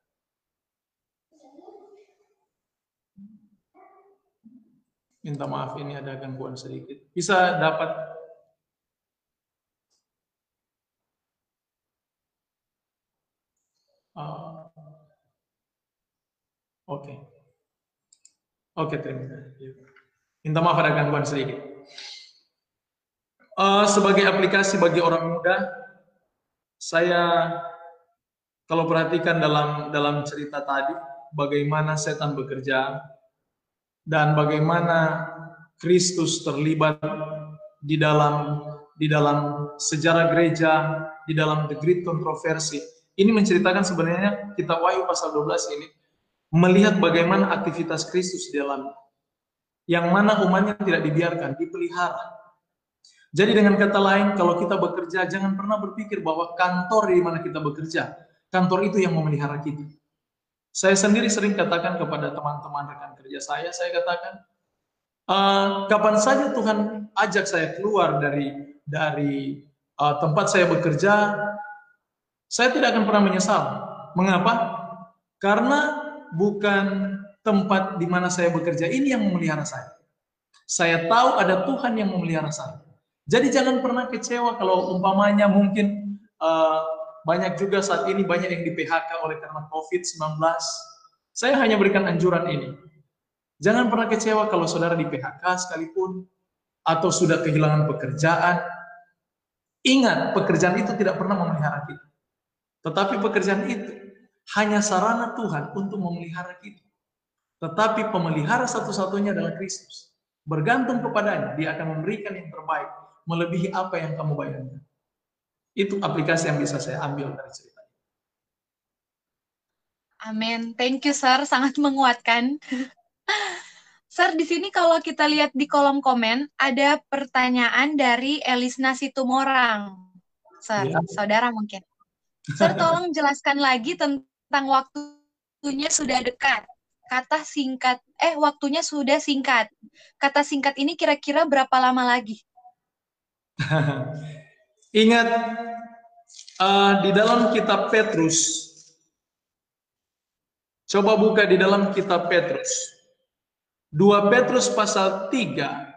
Minta maaf, ini ada gangguan sedikit. Bisa dapat... Uh, Oke. Okay. Oke, okay, terima kasih. Minta maaf ada gangguan sedikit. Uh, sebagai aplikasi bagi orang muda, saya kalau perhatikan dalam dalam cerita tadi, bagaimana setan bekerja dan bagaimana Kristus terlibat di dalam di dalam sejarah gereja, di dalam The Great Controversy. Ini menceritakan sebenarnya kitab Wahyu pasal dua belas ini melihat bagaimana aktivitas Kristus di dalam, yang mana umatnya tidak dibiarkan, dipelihara. Jadi dengan kata lain, kalau kita bekerja, jangan pernah berpikir bahwa kantor di mana kita bekerja, kantor itu yang memelihara kita. Saya sendiri sering katakan kepada teman-teman rekan kerja saya, saya katakan, uh, kapan saja Tuhan ajak saya keluar dari dari uh, tempat saya bekerja, saya tidak akan pernah menyesal. Mengapa? Karena bukan tempat di mana saya bekerja ini yang memelihara saya. Saya tahu ada Tuhan yang memelihara saya. Jadi jangan pernah kecewa kalau umpamanya mungkin uh, banyak juga saat ini banyak yang di P H K oleh karena COVID sembilan belas. Saya hanya berikan anjuran ini. Jangan pernah kecewa kalau saudara di P H K sekalipun atau sudah kehilangan pekerjaan. Ingat, pekerjaan itu tidak pernah memelihara kita. Tetapi pekerjaan itu hanya sarana Tuhan untuk memelihara kita. Tetapi pemelihara satu-satunya adalah Kristus. Bergantung kepadanya, dia akan memberikan yang terbaik, melebihi apa yang kamu bayangkan. Itu aplikasi yang bisa saya ambil dari cerita. Amin. Thank you, Sir. Sangat menguatkan. Sir, di sini kalau kita lihat di kolom komen, ada pertanyaan dari Elisna Situmorang. Sir, ya. Saudara mungkin. Sir, tolong jelaskan lagi tentang waktunya sudah dekat. Kata singkat, eh waktunya sudah singkat. Kata singkat ini kira-kira berapa lama lagi? Ingat, uh, di dalam kitab Petrus, coba buka di dalam kitab Petrus, dua Petrus pasal tiga,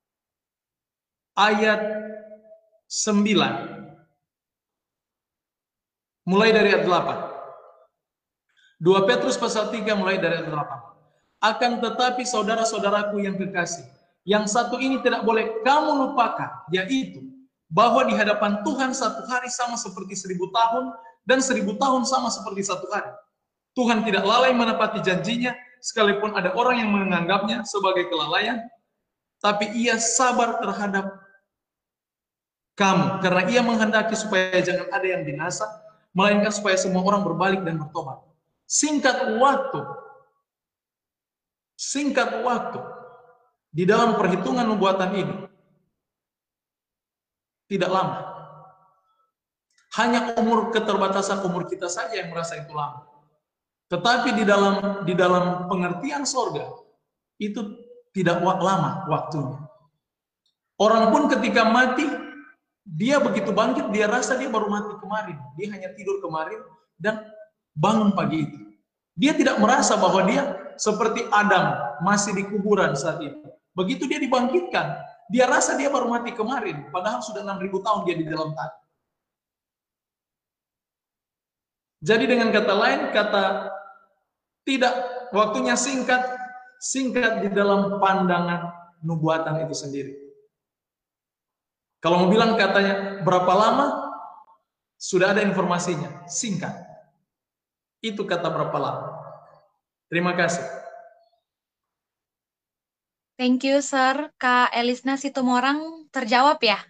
ayat sembilan, mulai dari ayat delapan. dua Petrus pasal tiga mulai dari ayat delapan. Akan tetapi saudara-saudaraku yang kekasih, yang satu ini tidak boleh kamu lupakan, yaitu bahwa di hadapan Tuhan satu hari sama seperti seribu tahun, dan seribu tahun sama seperti satu hari. Tuhan tidak lalai menepati janjinya, sekalipun ada orang yang menganggapnya sebagai kelalaian, tapi ia sabar terhadap kamu, karena ia menghendaki supaya jangan ada yang binasa, melainkan supaya semua orang berbalik dan bertobat. Singkat waktu, singkat waktu, di dalam perhitungan nubuatan ini, tidak lama. Hanya umur keterbatasan umur kita saja yang merasa itu lama. Tetapi di dalam di dalam pengertian sorga, itu tidak lama waktunya. Orang pun ketika mati, dia begitu bangkit, dia rasa dia baru mati kemarin. Dia hanya tidur kemarin dan bangun pagi itu. Dia tidak merasa bahwa dia seperti Adam masih di kuburan saat itu. Begitu dia dibangkitkan, dia rasa dia baru mati kemarin, padahal sudah enam ribu tahun dia di dalam tanah. Jadi dengan kata lain, kata tidak, waktunya singkat, singkat di dalam pandangan nubuatan itu sendiri. Kalau mau bilang katanya berapa lama, sudah ada informasinya, singkat. Itu kata berapa lama. Terima kasih. Thank you, Sir. Kak Elisna Situmorang terjawab ya?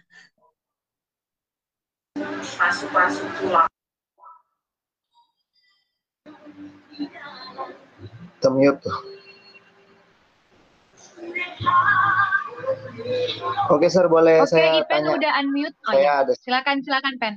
Masuk-masuk pulang. Termute. Oke, Sir, boleh Oke, saya Ipen tanya? Udah unmute. Oh, saya ya. ada. Silakan, silakan, Pen.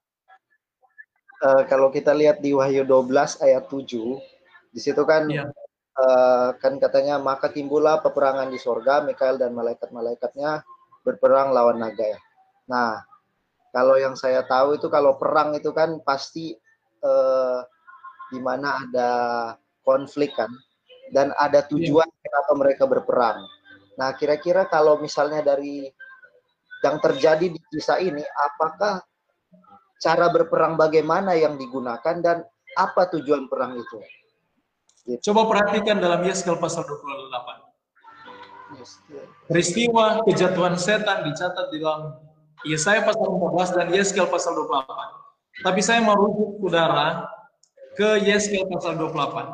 Uh, kalau kita lihat di Wahyu dua belas ayat tujuh, di situ kan ya. uh, kan katanya maka timbullah peperangan di sorga, Mikael dan malaikat-malaikatnya berperang lawan naga ya. Nah, kalau yang saya tahu itu kalau perang itu kan pasti uh, di mana ada konflik kan, dan ada tujuan ya. Kenapa mereka berperang. Nah, kira-kira kalau misalnya dari yang terjadi di kisah ini, apakah cara berperang bagaimana yang digunakan dan apa tujuan perang itu? Gitu. Coba perhatikan dalam Yeskel pasal dua puluh delapan. Peristiwa kejatuhan setan dicatat di dalam Yesaya pasal empat belas dan Yeskel pasal dua puluh delapan. Tapi saya mau rujuk saudara ke Yeskel pasal dua puluh delapan.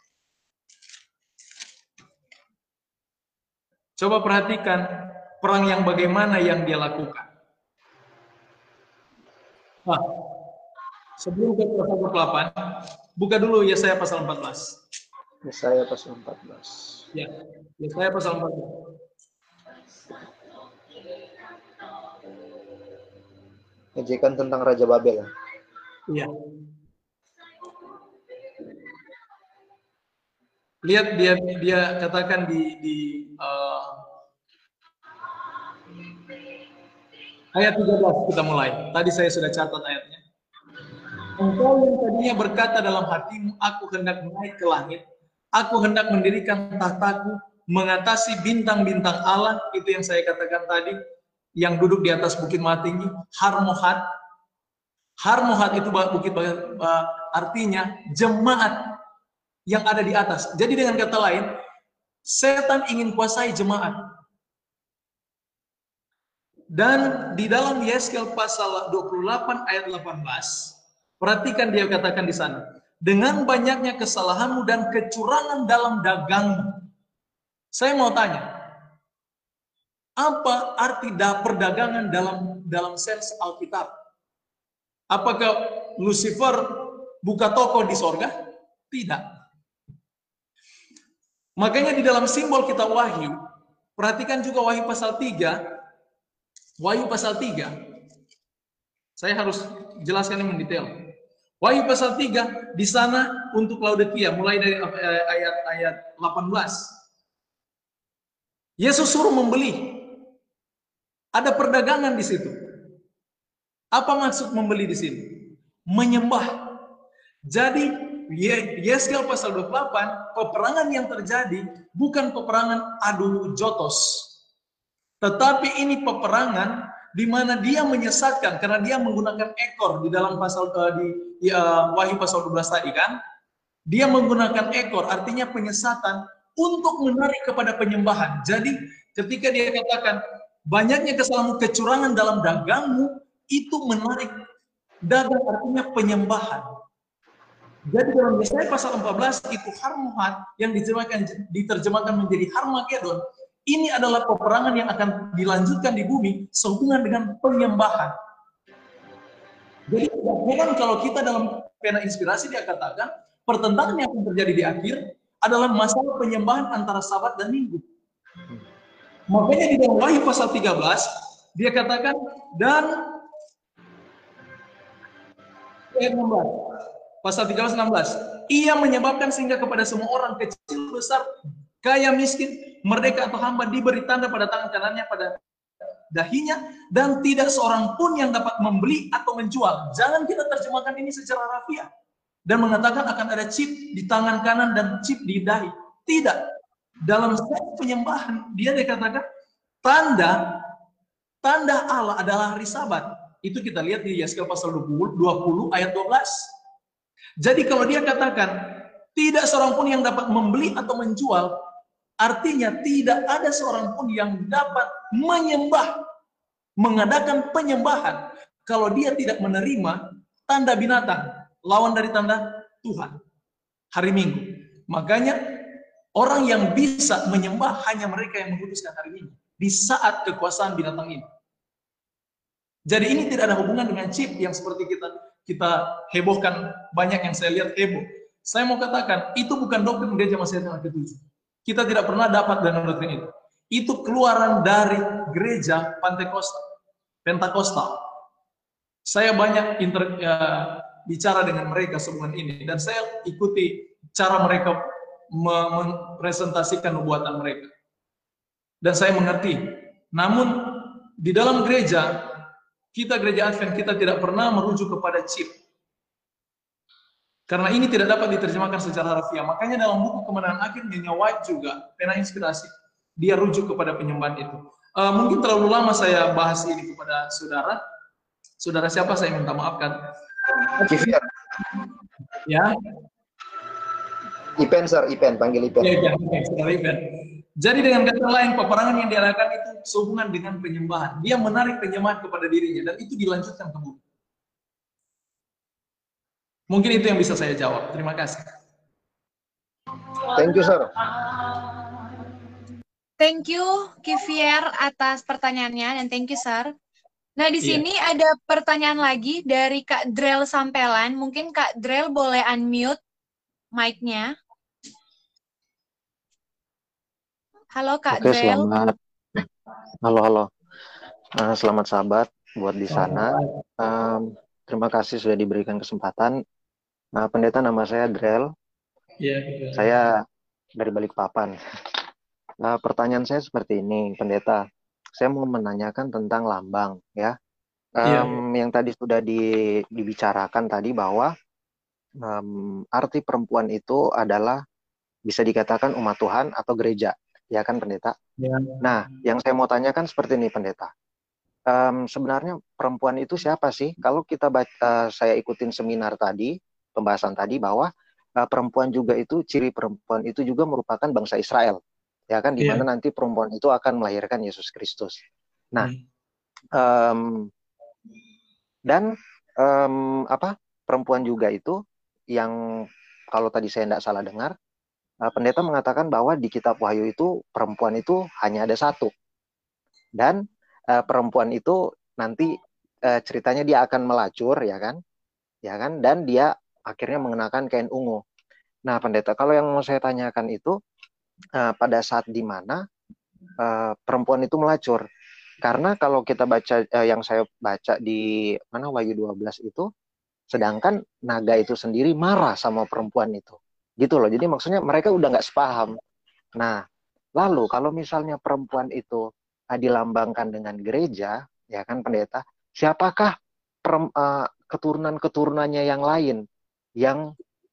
Coba perhatikan perang yang bagaimana yang dia lakukan. Nah, sebelum ke pasal dua puluh delapan, buka dulu Yesaya pasal empat belas. Yesaya pasal empat belas. Ya, Yesaya pasal empat belas. Ejekan tentang Raja Babel. Iya. Lihat dia dia katakan di di uh, ayat tiga belas kita mulai. Tadi saya sudah catat ayatnya. Engkau yang tadinya berkata dalam hatimu, aku hendak naik ke langit, aku hendak mendirikan tahtaku, mengatasi bintang-bintang Allah, itu yang saya katakan tadi, yang duduk di atas bukit maha tinggi, Harmohat. Harmohat itu bukit uh, artinya jemaat yang ada di atas. Jadi dengan kata lain, setan ingin kuasai jemaat. Dan di dalam Yeskel pasal dua puluh delapan ayat delapan belas, perhatikan dia katakan di sana, dengan banyaknya kesalahanmu dan kecurangan dalam dagangmu. Saya mau tanya, apa arti perdagangan dalam dalam sense Alkitab? Apakah Lucifer buka toko di sorga? Tidak. Makanya di dalam simbol kitab Wahyu, perhatikan juga Wahyu pasal tiga. Wahyu pasal tiga. Saya harus jelaskan ini mendetail. Wahyu pasal tiga, di sana untuk Laodikia, mulai dari ayat-ayat delapan belas. Yesus suruh membeli. Ada perdagangan di situ. Apa maksud membeli di sini? Menyembah. Jadi Yeskel pasal dua puluh delapan, peperangan yang terjadi bukan peperangan adu jotos. Tetapi ini peperangan di mana dia menyesatkan karena dia menggunakan ekor di dalam pasal uh, di uh, Wahyu pasal dua belas tadi kan. Dia menggunakan ekor, artinya penyesatan untuk menarik kepada penyembahan. Jadi ketika dia katakan banyaknya kesalahanmu, kecurangan dalam dagangmu, itu menarik dagang, artinya penyembahan. Jadi dalam Yesaya pasal empat belas itu Harmohat yang diterjemahkan diterjemahkan menjadi Harmagedon. Ini adalah peperangan yang akan dilanjutkan di bumi sehubungan dengan penyembahan. Jadi heran kalau kita dalam pena inspirasi dia katakan pertentangan yang akan terjadi di akhir adalah masalah penyembahan antara Sabat dan Minggu. Makanya di dalam Wahyu pasal tiga belas dia katakan dan ayat enam belas, pasal tiga belas enam belas, ia menyebabkan sehingga kepada semua orang kecil besar, kaya miskin, merdeka atau hamba diberi tanda pada tangan kanannya pada dahinya, dan tidak seorang pun yang dapat membeli atau menjual. Jangan kita terjemahkan ini secara rafiah dan mengatakan akan ada chip di tangan kanan dan chip di dahi. Tidak. Dalam setiap penyembahan dia dikatakan tanda tanda Allah adalah hari Sabat. Itu kita lihat di Yeskel pasal dua puluh ayat dua belas. Jadi kalau dia katakan tidak seorang pun yang dapat membeli atau menjual, artinya tidak ada seorang pun yang dapat menyembah, mengadakan penyembahan kalau dia tidak menerima tanda binatang, lawan dari tanda Tuhan, hari Minggu. Makanya orang yang bisa menyembah hanya mereka yang menguduskan hari Minggu di saat kekuasaan binatang ini. Jadi ini tidak ada hubungan dengan chip yang seperti kita kita hebohkan, banyak yang saya lihat heboh. Saya mau katakan, itu bukan doktrin gereja Masehi yang ketujuh. Kita tidak pernah dapat dengan doktrin itu. Itu keluaran dari gereja Pentakostal. Pentakostal. Saya banyak inter, ya, bicara dengan mereka sehubungan ini, dan saya ikuti cara mereka mempresentasikan nubuatan mereka. Dan saya mengerti. Namun di dalam gereja kita gereja Advent, kita tidak pernah merujuk kepada chip. Karena ini tidak dapat diterjemahkan secara harfiah. Makanya dalam buku Kemenangan Akhir, Nyonya White juga, pena inspirasi, dia rujuk kepada penyembahan itu. Uh, mungkin terlalu lama saya bahas ini kepada saudara. Saudara siapa saya minta maafkan. Kivian. Ya. Ipen, sir, Ipen, panggil Ipen. Ya, ya, saudara Ipen. Jadi dengan kata lain, peperangan yang diadakan itu sehubungan dengan penyembahan. Dia menarik penyembahan kepada dirinya, dan itu dilanjutkan ke bumi. Mungkin itu yang bisa saya jawab. Terima kasih. Thank you, sir. Thank you, Kivier, atas pertanyaannya, dan thank you, sir. Nah, di Iya. sini ada pertanyaan lagi dari Kak Drel Sampelan. Mungkin Kak Drel boleh unmute mic-nya. Halo, Kak Oke, Drel. selamat. Halo, halo. Uh, selamat sahabat buat di sana. Um, terima kasih sudah diberikan kesempatan. Uh, pendeta, nama saya Drel. Iya. Saya dari Balikpapan. Nah, pertanyaan saya seperti ini, pendeta. Saya mau menanyakan tentang lambang, ya. Um, Iya. Yang tadi sudah di, dibicarakan tadi bahwa um, arti perempuan itu adalah bisa dikatakan umat Tuhan atau gereja, ya kan, pendeta? Ya. Nah, yang saya mau tanyakan seperti ini, pendeta. Um, sebenarnya perempuan itu siapa sih? Kalau kita baca, saya ikutin seminar tadi, pembahasan tadi bahwa uh, perempuan juga itu, ciri perempuan itu juga merupakan bangsa Israel, ya kan? Di mana Ya. nanti perempuan itu akan melahirkan Yesus Kristus. Nah, Hmm. um, dan um, apa? Perempuan juga itu yang kalau tadi saya tidak salah dengar, uh, pendeta mengatakan bahwa di kitab Wahyu itu perempuan itu hanya ada satu. Dan uh, perempuan itu nanti uh, ceritanya dia akan melacur, ya kan? Ya kan? Dan dia akhirnya mengenakan kain ungu. Nah, pendeta, kalau yang mau saya tanyakan itu uh, pada saat di mana uh, perempuan itu melacur. Karena kalau kita baca uh, yang saya baca di mana Wahyu dua belas itu, sedangkan naga itu sendiri marah sama perempuan itu. Gitu loh. Jadi maksudnya mereka udah nggak sepaham. Nah, lalu kalau misalnya perempuan itu uh, dilambangkan dengan gereja, ya kan, pendeta, siapakah perem, uh, keturunan-keturunannya yang lain yang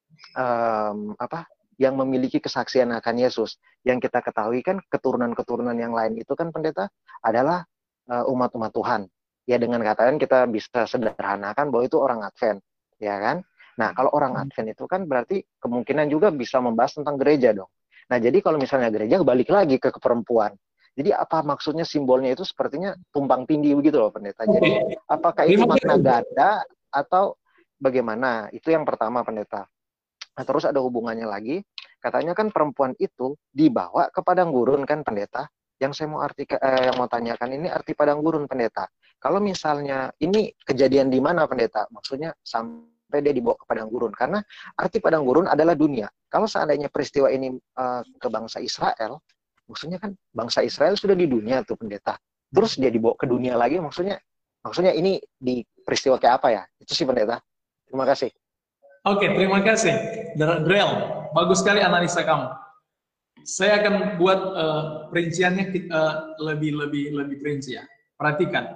um, apa? Yang memiliki kesaksian akan Yesus? Yang kita ketahui kan keturunan-keturunan yang lain itu kan, pendeta, adalah uh, umat-umat Tuhan. Ya, dengan kata lain kita bisa sederhanakan bahwa itu orang Advent, ya kan? Nah, kalau orang Advent itu kan berarti kemungkinan juga bisa membahas tentang gereja dong. Nah, jadi kalau misalnya gereja balik lagi ke, ke perempuan. Jadi apa maksudnya simbolnya itu sepertinya tumpang tindih begitu loh, pendeta. Jadi apakah itu makna ganda atau bagaimana? Itu yang pertama, pendeta. Nah, terus ada hubungannya lagi. Katanya kan perempuan itu dibawa ke padang gurun kan, pendeta. Yang saya mau arti eh, yang mau tanyakan ini arti padang gurun, pendeta. Kalau misalnya ini kejadian di mana, pendeta? Maksudnya sampai dia dibawa ke padang gurun, karena arti padang gurun adalah dunia. Kalau seandainya peristiwa ini uh, ke bangsa Israel, maksudnya kan bangsa Israel sudah di dunia tuh, pendeta. Terus dia dibawa ke dunia lagi, maksudnya maksudnya ini di peristiwa kayak apa ya? Itu sih, pendeta. Terima kasih. Oke, terima kasih, Drel. Bagus sekali analisa kamu. Saya akan buat uh, perinciannya uh, lebih lebih lebih perinci ya. Perhatikan.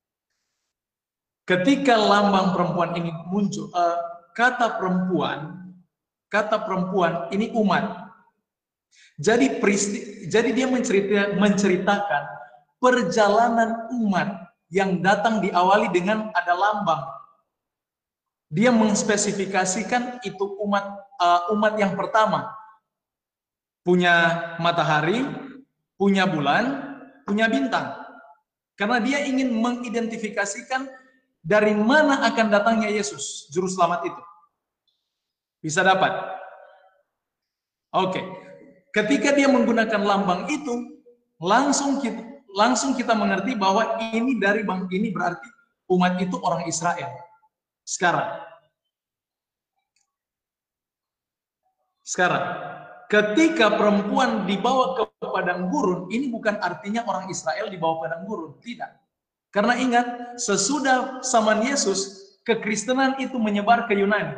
Ketika lambang perempuan ini muncul, uh, kata perempuan, kata perempuan ini umat. Jadi peristi, jadi dia mencerita, menceritakan perjalanan umat yang datang diawali dengan ada lambang. Dia mengspesifikasikan itu umat uh, umat yang pertama punya matahari, punya bulan, punya bintang. Karena dia ingin mengidentifikasikan dari mana akan datangnya Yesus, juru selamat itu. Bisa dapat? Oke. Ketika dia menggunakan lambang itu, langsung kita, langsung kita mengerti bahwa ini dari bang ini berarti umat itu orang Israel. Sekarang. Sekarang, ketika perempuan dibawa ke padang gurun, ini bukan artinya orang Israel dibawa ke padang gurun, tidak. Karena ingat, sesudah zaman Yesus, kekristenan itu menyebar ke Yunani.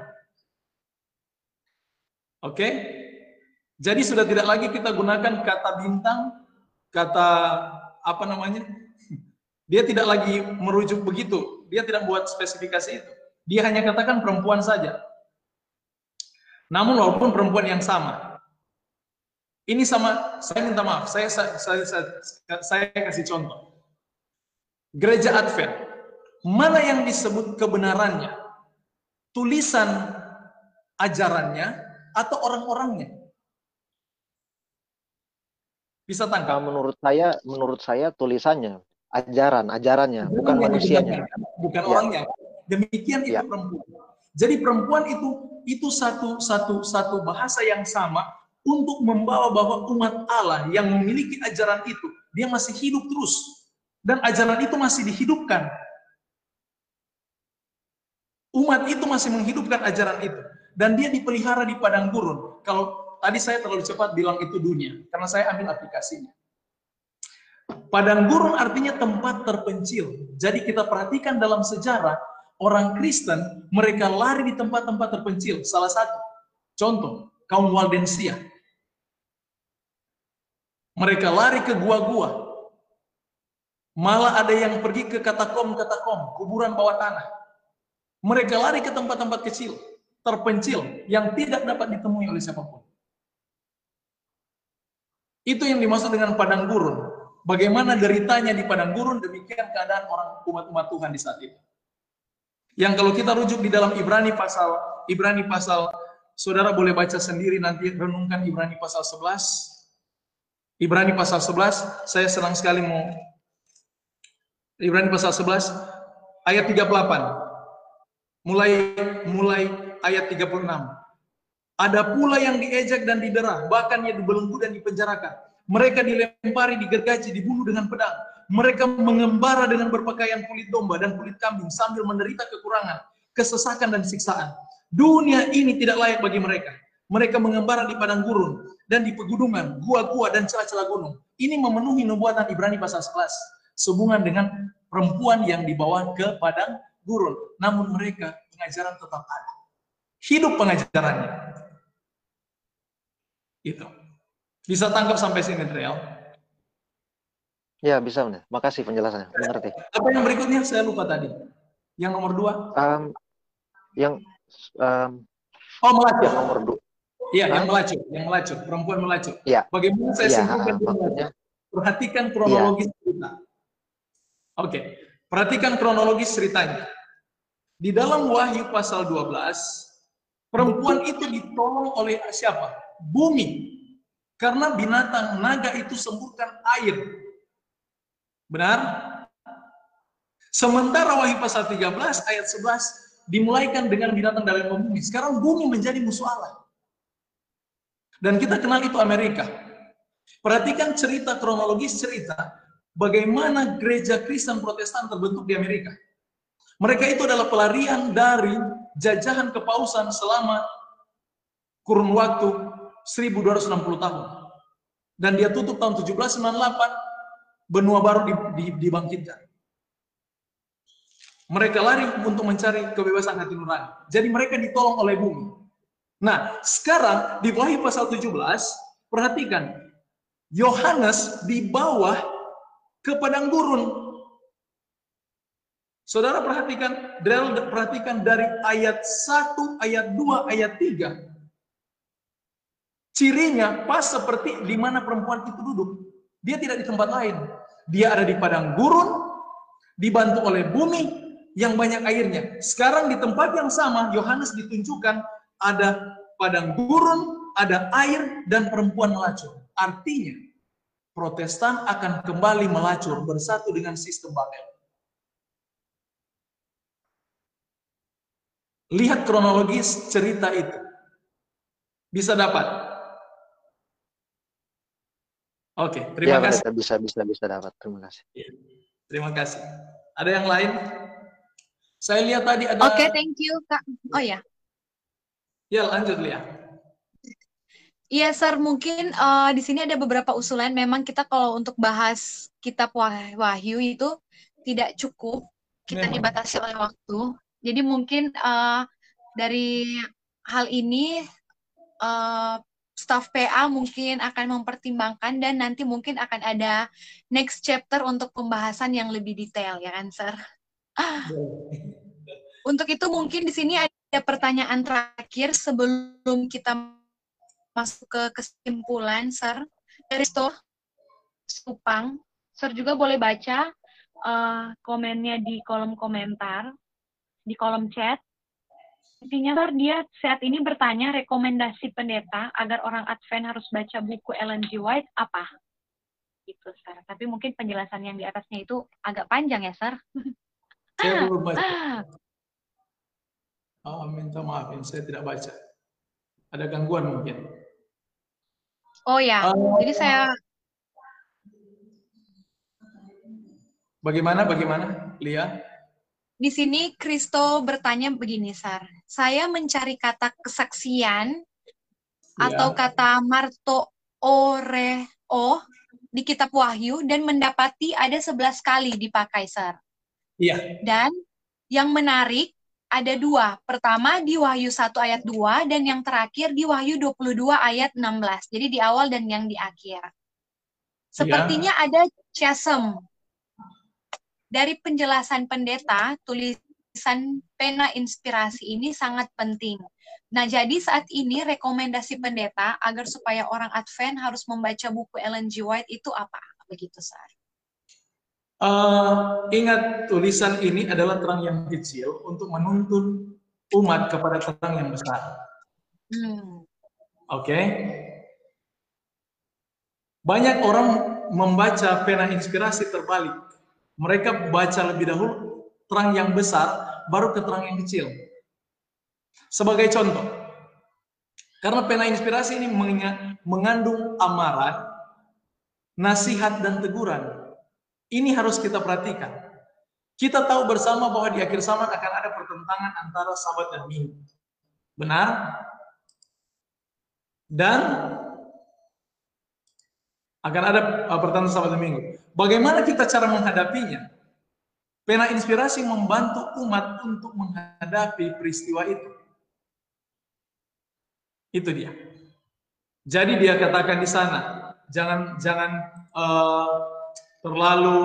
Oke? Jadi sudah tidak lagi kita gunakan kata bintang, kata apa namanya? Dia tidak lagi merujuk begitu. Dia tidak buat spesifikasi itu. Dia hanya katakan perempuan saja. Namun walaupun perempuan yang sama. Ini sama, saya minta maaf, saya saya, saya, saya, saya kasih contoh. Gereja Advent, mana yang disebut kebenarannya? Tulisan ajarannya atau orang-orangnya? Bisa tangkap? Menurut saya, menurut saya tulisannya, ajaran, ajarannya, Ajaran bukan yang manusianya. dibenarkan, bukan Ya. orangnya. Demikian itu Ya. perempuan. Jadi perempuan itu itu satu satu satu bahasa yang sama untuk membawa bahwa umat Allah yang memiliki ajaran itu, dia masih hidup terus dan ajaran itu masih dihidupkan. Umat itu masih menghidupkan ajaran itu dan dia dipelihara di padang gurun. Kalau tadi saya terlalu cepat bilang itu dunia karena saya ambil aplikasinya. Padang gurun artinya tempat terpencil. Jadi kita perhatikan dalam sejarah, orang Kristen, mereka lari di tempat-tempat terpencil. Salah satu, contoh, kaum Waldensia. Mereka lari ke gua-gua. Malah ada yang pergi ke katakom-katakom, kuburan bawah tanah. Mereka lari ke tempat-tempat kecil, terpencil, yang tidak dapat ditemui oleh siapapun. Itu yang dimaksud dengan padang gurun. Bagaimana deritanya di padang gurun, demikian keadaan orang umat-umat Tuhan di saat itu. Yang kalau kita rujuk di dalam Ibrani pasal Ibrani pasal, saudara boleh baca sendiri nanti, renungkan Ibrani pasal sebelas. Ibrani pasal sebelas, saya senang sekali mau Ibrani pasal sebelas ayat tiga puluh delapan. Mulai mulai ayat tiga puluh enam. Ada pula yang diejek dan didera, bahkan ia dibelenggu dan dipenjarakan. Mereka dilempari, digergaji, dibunuh dengan pedang. Mereka mengembara dengan berpakaian kulit domba dan kulit kambing sambil menderita kekurangan, kesesakan dan siksaan. Dunia ini tidak layak bagi mereka. Mereka mengembara di padang gurun dan di pegunungan, gua-gua dan celah-celah gunung. Ini memenuhi nubuatan Ibrani pasal sebelas. Sehubungan dengan perempuan yang dibawa ke padang gurun. Namun mereka pengajaran tetap ada. Hidup pengajarannya. Itu. Bisa tangkap sampai sini, Trial? Ya, bisa, benar. Makasih penjelasannya. Mengerti. Apa yang berikutnya? Saya lupa tadi. Yang nomor dua? Um, yang um, oh, melacur. Yang nomor dua. Iya, yang melacur, yang melacur, perempuan melacur. Ya. Bagaimana saya ya, simpulkan? maksudnya, perhatikan kronologis ya. cerita. Oke, okay. Perhatikan kronologis ceritanya. Di dalam Wahyu pasal dua belas, perempuan itu ditolong oleh siapa? Bumi. Karena binatang naga itu semburkan air. Benar? Sementara Wahyu pasal tiga belas ayat sebelas dimulaikan dengan binatang dalam bumi. Sekarang bumi menjadi musuh Allah. Dan kita kenal itu Amerika. Perhatikan cerita kronologis cerita bagaimana gereja Kristen Protestan terbentuk di Amerika. Mereka itu adalah pelarian dari jajahan kepausan selama kurun waktu seribu dua ratus enam puluh tahun. Dan dia tutup tahun tujuh belas sembilan puluh delapan, benua baru dibangkitkan. Mereka lari untuk mencari kebebasan hati nurani. Jadi mereka ditolong oleh bumi. Nah, sekarang di Wahyu pasal tujuh belas, perhatikan, Yohanes dibawa ke padang gurun. Saudara perhatikan, perhatikan dari ayat satu, ayat dua, ayat tiga. Cirinya pas seperti di mana perempuan itu duduk. Dia tidak di tempat lain. Dia ada di padang gurun, dibantu oleh bumi yang banyak airnya. Sekarang di tempat yang sama, Yohanes ditunjukkan ada padang gurun, ada air, dan perempuan melacur. Artinya, Protestan akan kembali melacur bersatu dengan sistem Babel. Lihat kronologis cerita itu. Bisa dapat? Oke, terima ya, kasih. Bisa, bisa, bisa dapat. Terima kasih. Ya, terima kasih. Ada yang lain? Saya lihat tadi ada. Oke, okay, thank you, Kak. Oh ya. Ya, lanjut, Lia. Iya, Sir. Mungkin uh, di sini ada beberapa usulan. Memang kita kalau untuk bahas kitab Wahyu itu tidak cukup. Kita Memang. dibatasi oleh waktu. Jadi mungkin uh, dari hal ini uh, staf P A mungkin akan mempertimbangkan dan nanti mungkin akan ada next chapter untuk pembahasan yang lebih detail, ya kan, Sir? Ah. Untuk itu mungkin di sini ada pertanyaan terakhir sebelum kita masuk ke kesimpulan, Sir. Dari Sto Supang, Sir juga boleh baca uh, komennya di kolom komentar, di kolom chat. Intinya, Sir, dia saat ini bertanya rekomendasi pendeta agar orang Advent harus baca buku Ellen G. White apa? gitu, Sir. Tapi mungkin penjelasan yang di atasnya itu agak panjang ya, Sir. Saya belum baca. Oh, minta maaf, saya tidak baca. Ada gangguan mungkin. Oh ya, Uh, jadi saya bagaimana, bagaimana, Lia? di sini Kristo bertanya begini, Sar. Saya mencari kata kesaksian Ya. atau kata marto oreo di kitab Wahyu dan mendapati ada sebelas kali dipakai, Sar. Iya. Dan yang menarik ada dua. Pertama di Wahyu satu ayat dua dan yang terakhir di Wahyu dua puluh dua ayat enam belas. Jadi di awal dan yang di akhir. Sepertinya Ya. ada chasm. Dari penjelasan pendeta, tulisan pena inspirasi ini sangat penting. Nah, jadi saat ini rekomendasi pendeta agar supaya orang Advent harus membaca buku Ellen G. White itu apa? Begitu, Sar. Uh, ingat, tulisan ini adalah terang yang kecil untuk menuntun umat kepada terang yang besar. Hmm. Oke. Okay? Banyak orang membaca pena inspirasi terbalik. Mereka baca lebih dahulu terang yang besar, baru ke terang yang kecil. Sebagai contoh, karena pena inspirasi ini mengandung amarah, nasihat, dan teguran. Ini harus kita perhatikan. Kita tahu bersama bahwa di akhir zaman akan ada pertentangan antara Sabat dan Minggu. Benar? Dan akan ada pertentangan Sabat dan Minggu. Bagaimana kita cara menghadapinya? Pena inspirasi membantu umat untuk menghadapi peristiwa itu. Itu dia. Jadi dia katakan di sana, jangan jangan uh, terlalu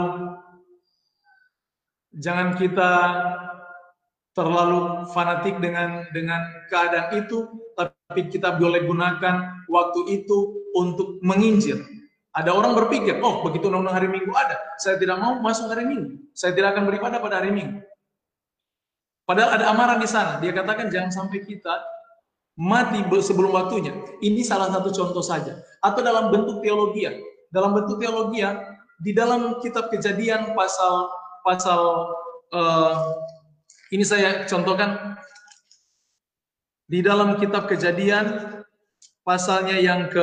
jangan kita terlalu fanatik dengan dengan keadaan itu, tapi kita boleh gunakan waktu itu untuk menginjil. Ada orang berpikir, oh begitu undang-undang hari Minggu ada, saya tidak mau masuk hari Minggu, saya tidak akan beribadah pada hari Minggu. Padahal ada amaran di sana. Dia katakan jangan sampai kita mati sebelum waktunya. Ini salah satu contoh saja. Atau dalam bentuk teologia. Dalam bentuk teologia, di dalam kitab Kejadian pasal pasal uh, ini saya contohkan di dalam kitab Kejadian pasalnya yang ke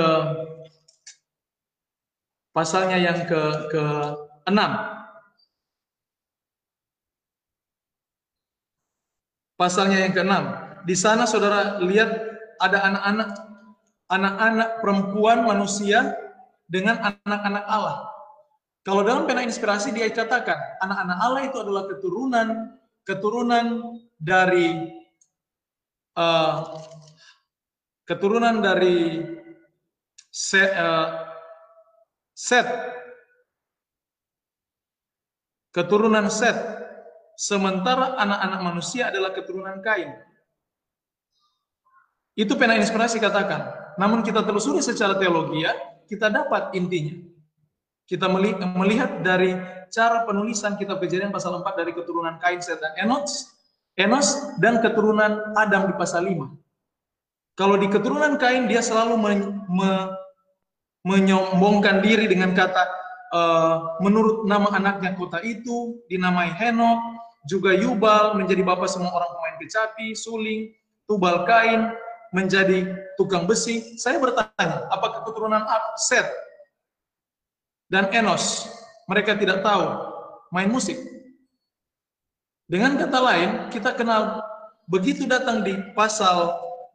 pasalnya yang ke ke enam. Pasalnya yang keenam. Di sana saudara lihat ada anak-anak anak-anak perempuan manusia dengan anak-anak Allah. Kalau dalam pena inspirasi dia katakan anak-anak Allah itu adalah keturunan keturunan dari uh, keturunan dari Set, uh, Set keturunan Set, sementara anak-anak manusia adalah keturunan Kain. Itu pena inspirasi katakan. Namun kita telusuri secara teologi, kita dapat intinya. Kita melihat dari cara penulisan kitab Kejadian pasal empat dari keturunan Kain, Set, dan Enos, Enos dan keturunan Adam di pasal lima. Kalau di keturunan Kain dia selalu men, me, menyombongkan diri dengan kata uh, menurut nama anaknya kota itu dinamai Henok, juga Yubal menjadi bapak semua orang pemain kecapi, suling, Tubal Kain menjadi tukang besi. Saya bertanya, apakah keturunan Set dan Enos mereka tidak tahu main musik? Dengan kata lain, kita kenal begitu datang di pasal,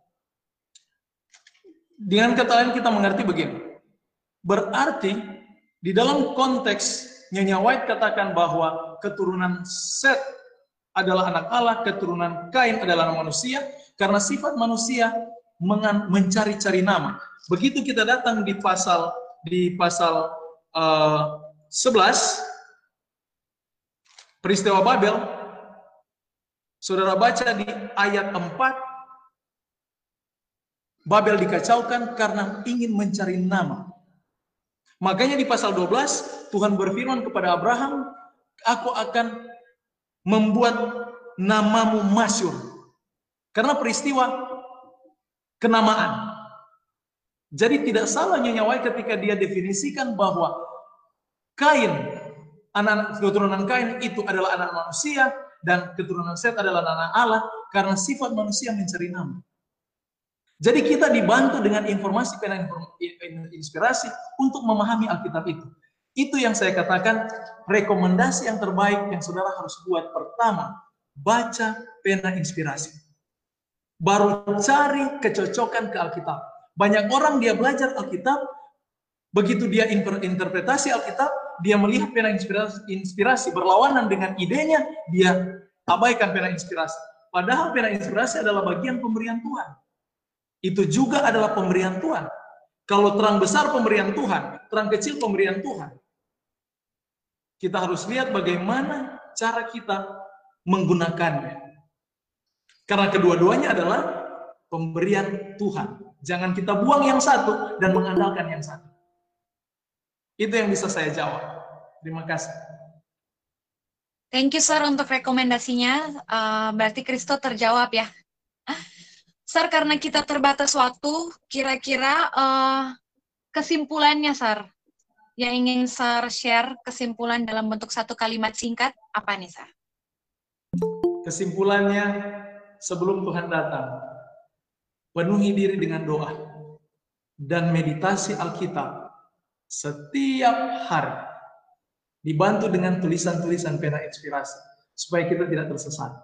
dengan kata lain kita mengerti begini. Berarti di dalam konteks Nyonya White katakan bahwa keturunan Set adalah anak Allah, keturunan Kain adalah anak manusia, karena sifat manusia mencari-cari nama. Begitu kita datang di pasal di pasal uh, sebelas peristiwa Babel, saudara baca di ayat empat, Babel dikacaukan karena ingin mencari nama. Makanya di pasal dua belas Tuhan berfirman kepada Abraham, aku akan membuat namamu masyhur. Karena peristiwa kenamaan. Jadi tidak salah Nyonya White ketika dia definisikan bahwa Kain, anak-anak keturunan Kain itu adalah anak manusia, dan keturunan Set adalah anak Allah, karena sifat manusia mencari nama. Jadi kita dibantu dengan informasi pena inspirasi untuk memahami Alkitab itu. Itu yang saya katakan, rekomendasi yang terbaik yang saudara harus buat. Pertama, baca pena inspirasi. Baru cari kecocokan ke Alkitab. Banyak orang dia belajar Alkitab, begitu dia interpretasi Alkitab, dia melihat pena inspirasi, inspirasi berlawanan dengan idenya, dia abaikan pena inspirasi. Padahal pena inspirasi adalah bagian pemberian Tuhan. Itu juga adalah pemberian Tuhan. Kalau terang besar pemberian Tuhan, terang kecil pemberian Tuhan. Kita harus lihat bagaimana cara kita menggunakannya. Karena kedua-duanya adalah pemberian Tuhan. Jangan kita buang yang satu dan mengandalkan yang satu. Itu yang bisa saya jawab. Terima kasih. Thank you, Sir, untuk rekomendasinya. Uh, berarti Kristo terjawab ya. Sir, karena kita terbatas waktu, kira-kira uh, kesimpulannya, Sir, yang ingin Sir share kesimpulan dalam bentuk satu kalimat singkat, apa nih, Sir? Kesimpulannya, sebelum Tuhan datang, penuhi diri dengan doa dan meditasi Alkitab setiap hari, dibantu dengan tulisan-tulisan pena inspirasi, supaya kita tidak tersesat.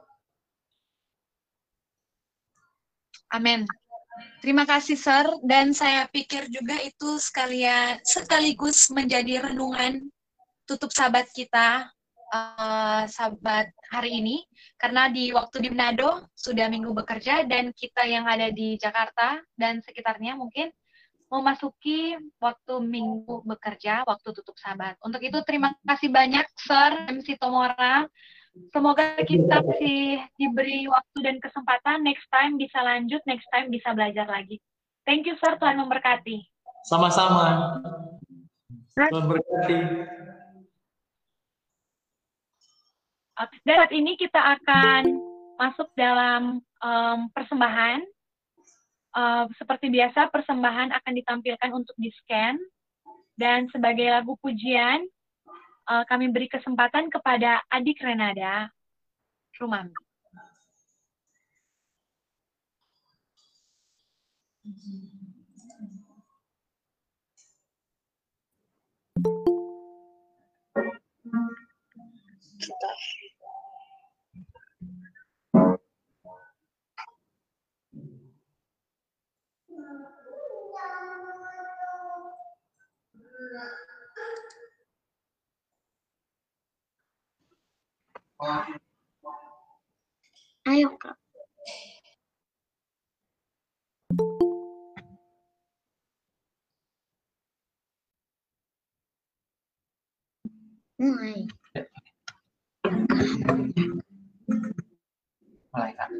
Amin. Terima kasih, Sir. Dan saya pikir juga itu sekalian sekaligus menjadi renungan tutup sahabat kita, uh, sahabat hari ini. Karena di waktu di Manado sudah minggu bekerja, dan kita yang ada di Jakarta dan sekitarnya mungkin memasuki waktu minggu bekerja, waktu tutup sahabat. Untuk itu terima kasih banyak, Sir M C Tomora. Semoga kita masih diberi waktu dan kesempatan, next time bisa lanjut, next time bisa belajar lagi. Thank you, Sir. Tuhan memberkati. Sama-sama. Tuhan memberkati. Dan saat ini kita akan masuk dalam um, persembahan. Uh, seperti biasa, persembahan akan ditampilkan untuk di-scan. Dan sebagai lagu pujian, Uh, kami beri kesempatan kepada adik Renada Rumambi. Kita. Ayo, Kak. Mulai. Mulai, Kak.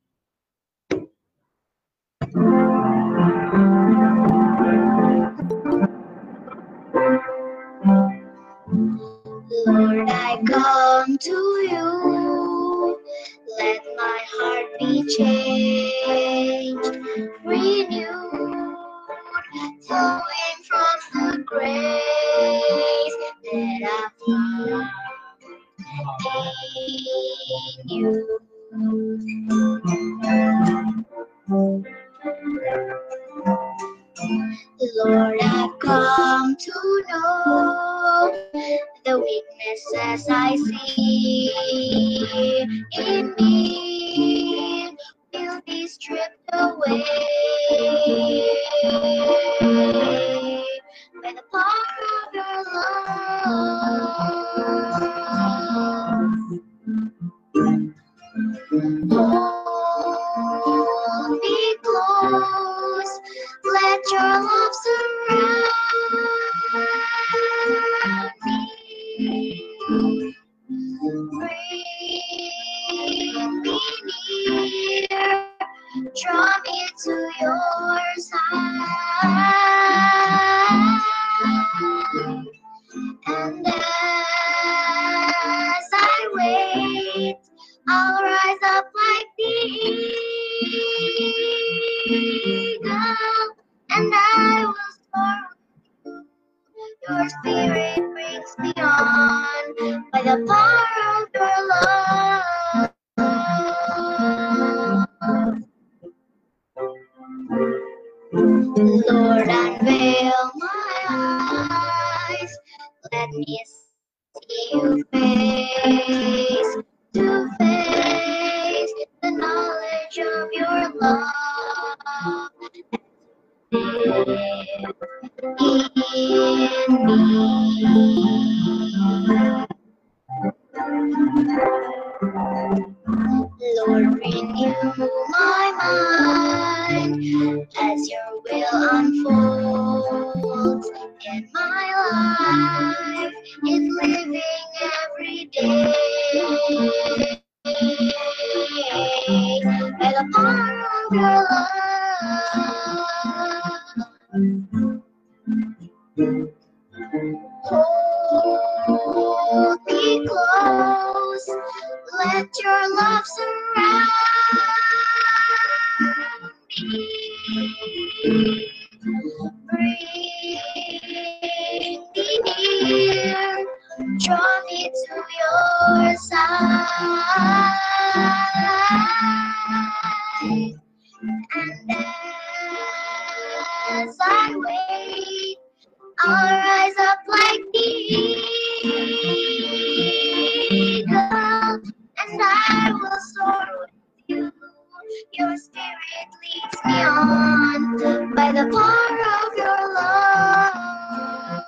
Lord, I come to you. Let my heart be changed, renewed, flowing from the grace that I found in you. Lord, I've come to know the weaknesses I see in me will be stripped away by the power of your love. Hold me close, let your love surround me. Bring me near, draw me to your side. And as I wait, I'll rise up like the eagle, and I will soar with you. Your spirit brings me by the power of your love. Lord, unveil my eyes, let me see you face to face, the knowledge of your love in me. Lord, renew my mind as your will unfolds in my life, in living every day. By the power of your love, hold me close, let your love surround me. Bring me near, draw me to your side, and as I wait, I'll rise up like the eagle, and I will soar with you. Your spirit leads me on by the power of your love,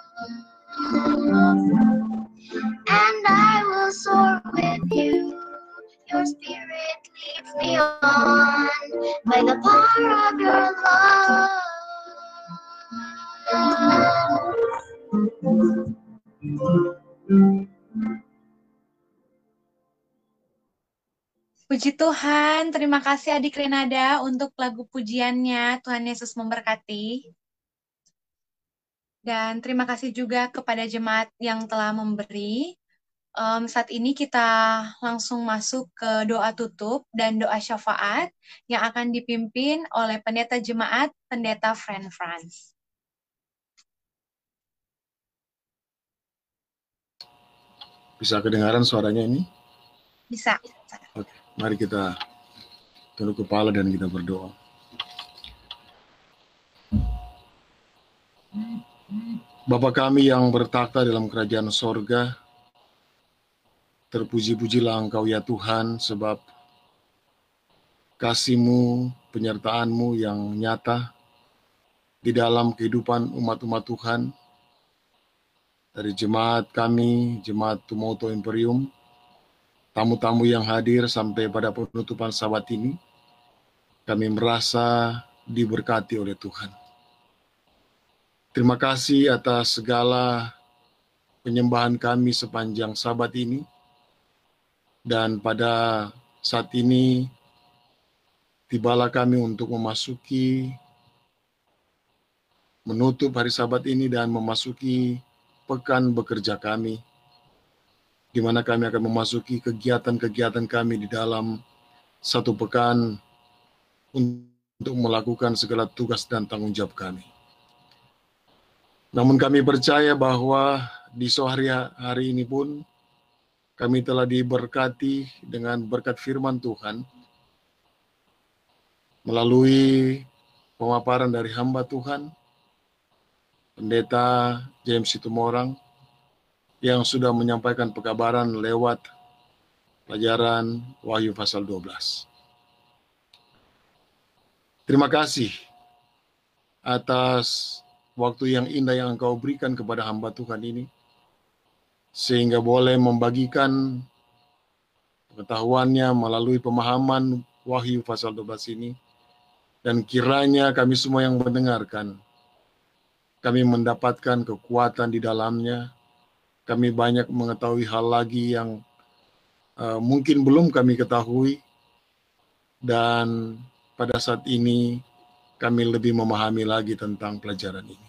and I will soar with you. Your spirit leads me on by the power of your love. Puji Tuhan, terima kasih Adik Renada untuk lagu pujiannya. Tuhan Yesus memberkati. Dan terima kasih juga kepada jemaat yang telah memberi. Um, saat ini kita langsung masuk ke doa tutup dan doa syafaat yang akan dipimpin oleh pendeta jemaat, Pendeta Fran Franz. Bisa kedengaran suaranya ini? Bisa. Oke, mari kita tunduk kepala dan kita berdoa. Bapa kami yang bertakhta dalam kerajaan sorga, terpuji-pujilah Engkau ya Tuhan, sebab kasih-Mu, penyertaan-Mu yang nyata di dalam kehidupan umat-umat Tuhan, dari jemaat kami, jemaat Tumoto Imperium, tamu-tamu yang hadir sampai pada penutupan sabat ini, kami merasa diberkati oleh Tuhan. Terima kasih atas segala penyembahan kami sepanjang sabat ini, dan pada saat ini tibalah kami untuk memasuki, menutup hari sabat ini dan memasuki pekan bekerja kami, di mana kami akan memasuki kegiatan-kegiatan kami di dalam satu pekan untuk melakukan segala tugas dan tanggung jawab kami. Namun kami percaya bahwa di sore hari ini pun kami telah diberkati dengan berkat firman Tuhan melalui pemaparan dari hamba Tuhan, Pendeta James Situmorang, yang sudah menyampaikan pekabaran lewat pelajaran Wahyu pasal dua belas. Terima kasih atas waktu yang indah yang Engkau berikan kepada hamba Tuhan ini, sehingga boleh membagikan pengetahuannya melalui pemahaman Wahyu pasal dua belas ini, dan kiranya kami semua yang mendengarkan, kami mendapatkan kekuatan di dalamnya. Kami banyak mengetahui hal lagi yang uh, mungkin belum kami ketahui, dan pada saat ini kami lebih memahami lagi tentang pelajaran ini.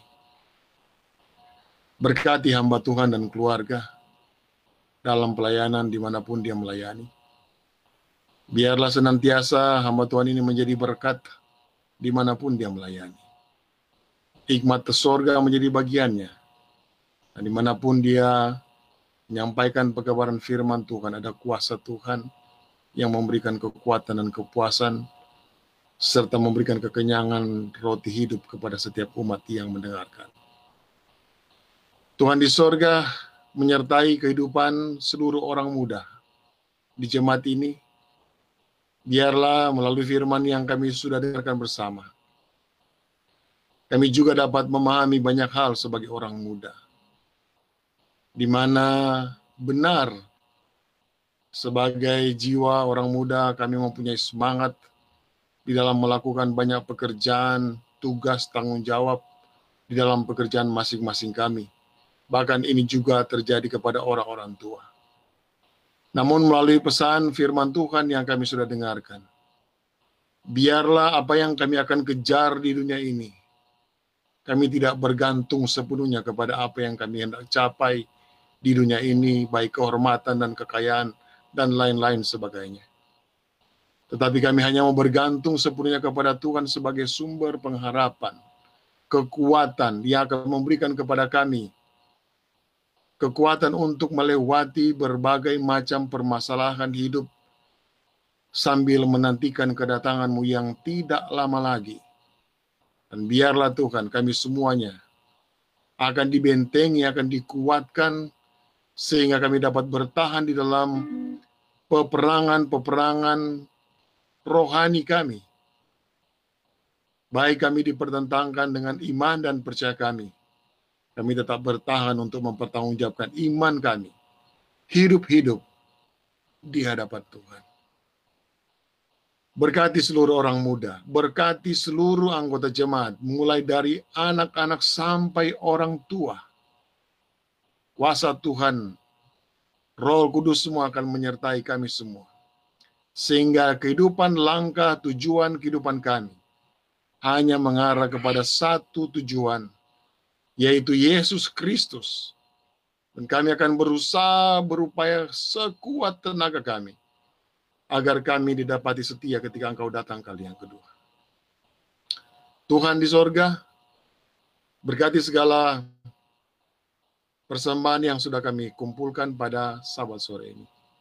Berkati hamba Tuhan dan keluarga dalam pelayanan dimanapun dia melayani. Biarlah senantiasa hamba Tuhan ini menjadi berkat dimanapun dia melayani. Hikmat sorga menjadi bagiannya, dan dimanapun dia menyampaikan pekabaran firman Tuhan, ada kuasa Tuhan yang memberikan kekuatan dan kepuasan, serta memberikan kekenyangan roti hidup kepada setiap umat yang mendengarkan. Tuhan di sorga menyertai kehidupan seluruh orang muda di jemaat ini. Biarlah melalui firman yang kami sudah dengarkan bersama, kami juga dapat memahami banyak hal sebagai orang muda, di mana benar sebagai jiwa orang muda kami mempunyai semangat di dalam melakukan banyak pekerjaan, tugas, tanggung jawab di dalam pekerjaan masing-masing kami. Bahkan ini juga terjadi kepada orang-orang tua. Namun melalui pesan firman Tuhan yang kami sudah dengarkan, biarlah apa yang kami akan kejar di dunia ini, kami tidak bergantung sepenuhnya kepada apa yang kami hendak capai di dunia ini, baik kehormatan dan kekayaan dan lain-lain sebagainya. Tetapi kami hanya mau bergantung sepenuhnya kepada Tuhan sebagai sumber pengharapan, kekuatan yang akan memberikan kepada kami kekuatan untuk melewati berbagai macam permasalahan hidup sambil menantikan kedatangan-Mu yang tidak lama lagi. Dan biarlah Tuhan kami semuanya akan dibentengi, akan dikuatkan, sehingga kami dapat bertahan di dalam peperangan-peperangan rohani kami. Baik kami dipertentangkan dengan iman dan percaya kami, kami tetap bertahan untuk mempertanggungjawabkan iman kami, hidup-hidup di hadapan Tuhan. Berkati seluruh orang muda, berkati seluruh anggota jemaat, mulai dari anak-anak sampai orang tua. Kuasa Tuhan, Roh Kudus semua akan menyertai kami semua. Sehingga kehidupan langkah tujuan kehidupan kami hanya mengarah kepada satu tujuan, yaitu Yesus Kristus. Dan kami akan berusaha berupaya sekuat tenaga kami, agar kami didapati setia ketika Engkau datang kali yang kedua. Tuhan di sorga, berkati segala persembahan yang sudah kami kumpulkan pada Sabat sore ini.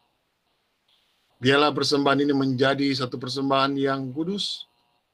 Biarlah persembahan ini menjadi satu persembahan yang kudus.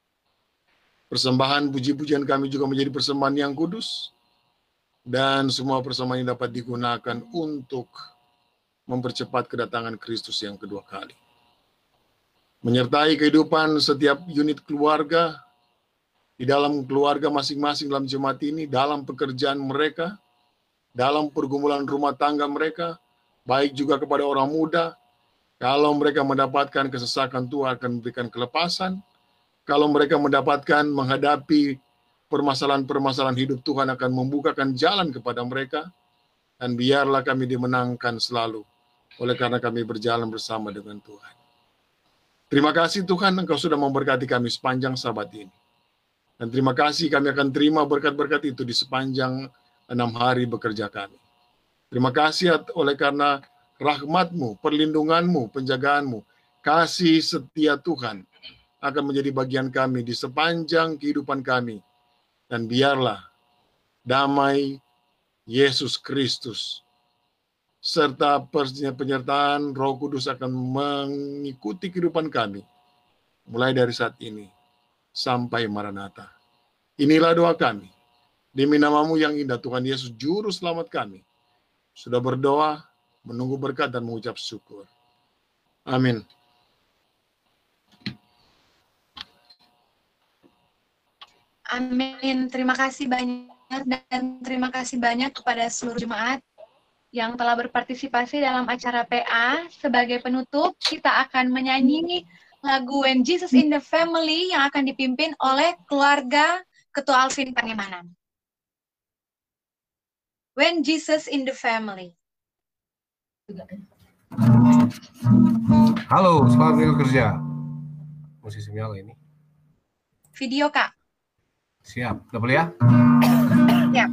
Persembahan puji-pujian kami juga menjadi persembahan yang kudus. Dan semua persembahan ini dapat digunakan untuk mempercepat kedatangan Kristus yang kedua kali. Menyertai kehidupan setiap unit keluarga, di dalam keluarga masing-masing dalam jemaat ini, dalam pekerjaan mereka, dalam pergumulan rumah tangga mereka, baik juga kepada orang muda. Kalau mereka mendapatkan kesesakan, Tuhan akan memberikan kelepasan. Kalau mereka mendapatkan menghadapi permasalahan-permasalahan hidup, Tuhan akan membukakan jalan kepada mereka. Dan biarlah kami dimenangkan selalu, oleh karena kami berjalan bersama dengan Tuhan. Terima kasih Tuhan, Engkau sudah memberkati kami sepanjang Sabat ini. Dan terima kasih kami akan terima berkat-berkat itu di sepanjang enam hari bekerja kami. Terima kasih oleh karena rahmat-Mu, perlindungan-Mu, penjagaan-Mu, kasih setia Tuhan akan menjadi bagian kami di sepanjang kehidupan kami. Dan biarlah damai Yesus Kristus serta penyertaan Roh Kudus akan mengikuti kehidupan kami mulai dari saat ini sampai Maranatha. Inilah doa kami. Demi nama-Mu yang indah, Tuhan Yesus Juru Selamat kami, sudah berdoa, menunggu berkat dan mengucap syukur. Amin. Amin. Terima kasih banyak dan terima kasih banyak kepada seluruh jemaat yang telah berpartisipasi dalam acara P A. Sebagai penutup, kita akan menyanyi lagu When Jesus in the Family yang akan dipimpin oleh keluarga Ketua Alvin Pangemanan. When Jesus in the Family. Halo, selamat minggu kerja. Musisi nyala ini. Video, Kak. Siap, udah boleh ya? Siap.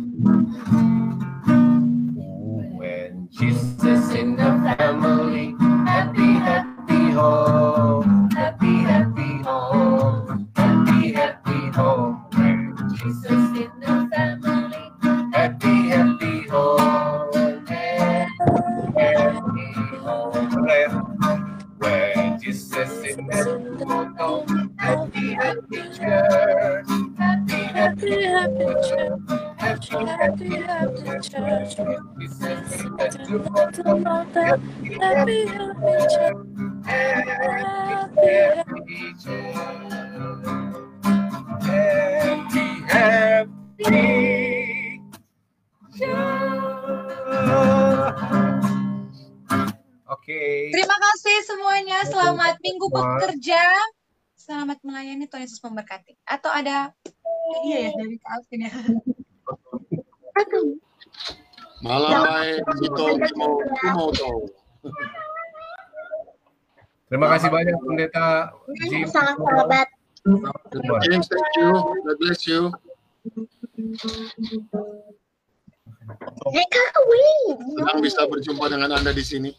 When Jesus in the family, happy, happy home, happy, happy home, happy, happy home. When Jesus in the family, happy, happy home. Happy, happy church. Happy, happy church. Oke. Terima kasih semuanya. Selamat minggu bekerja. Selamat melayani, Tuhan Yesus memberkati. Atau ada, iya ya, dari Kak Alvin ya. Malay, Sito, Kumoto. Terima kasih banyak Pendeta Jim. Sahabat. James, thank you. God bless you. Mereka kawin. Senang bisa berjumpa dengan Anda di sini.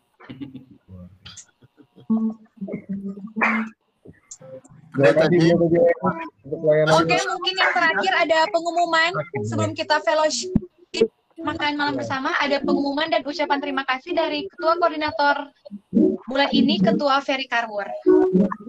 Oke, mungkin yang terakhir ada pengumuman sebelum kita fellowship makan malam bersama. Ada pengumuman dan ucapan terima kasih dari Ketua Koordinator bulan ini, Ketua Ferry Karwur.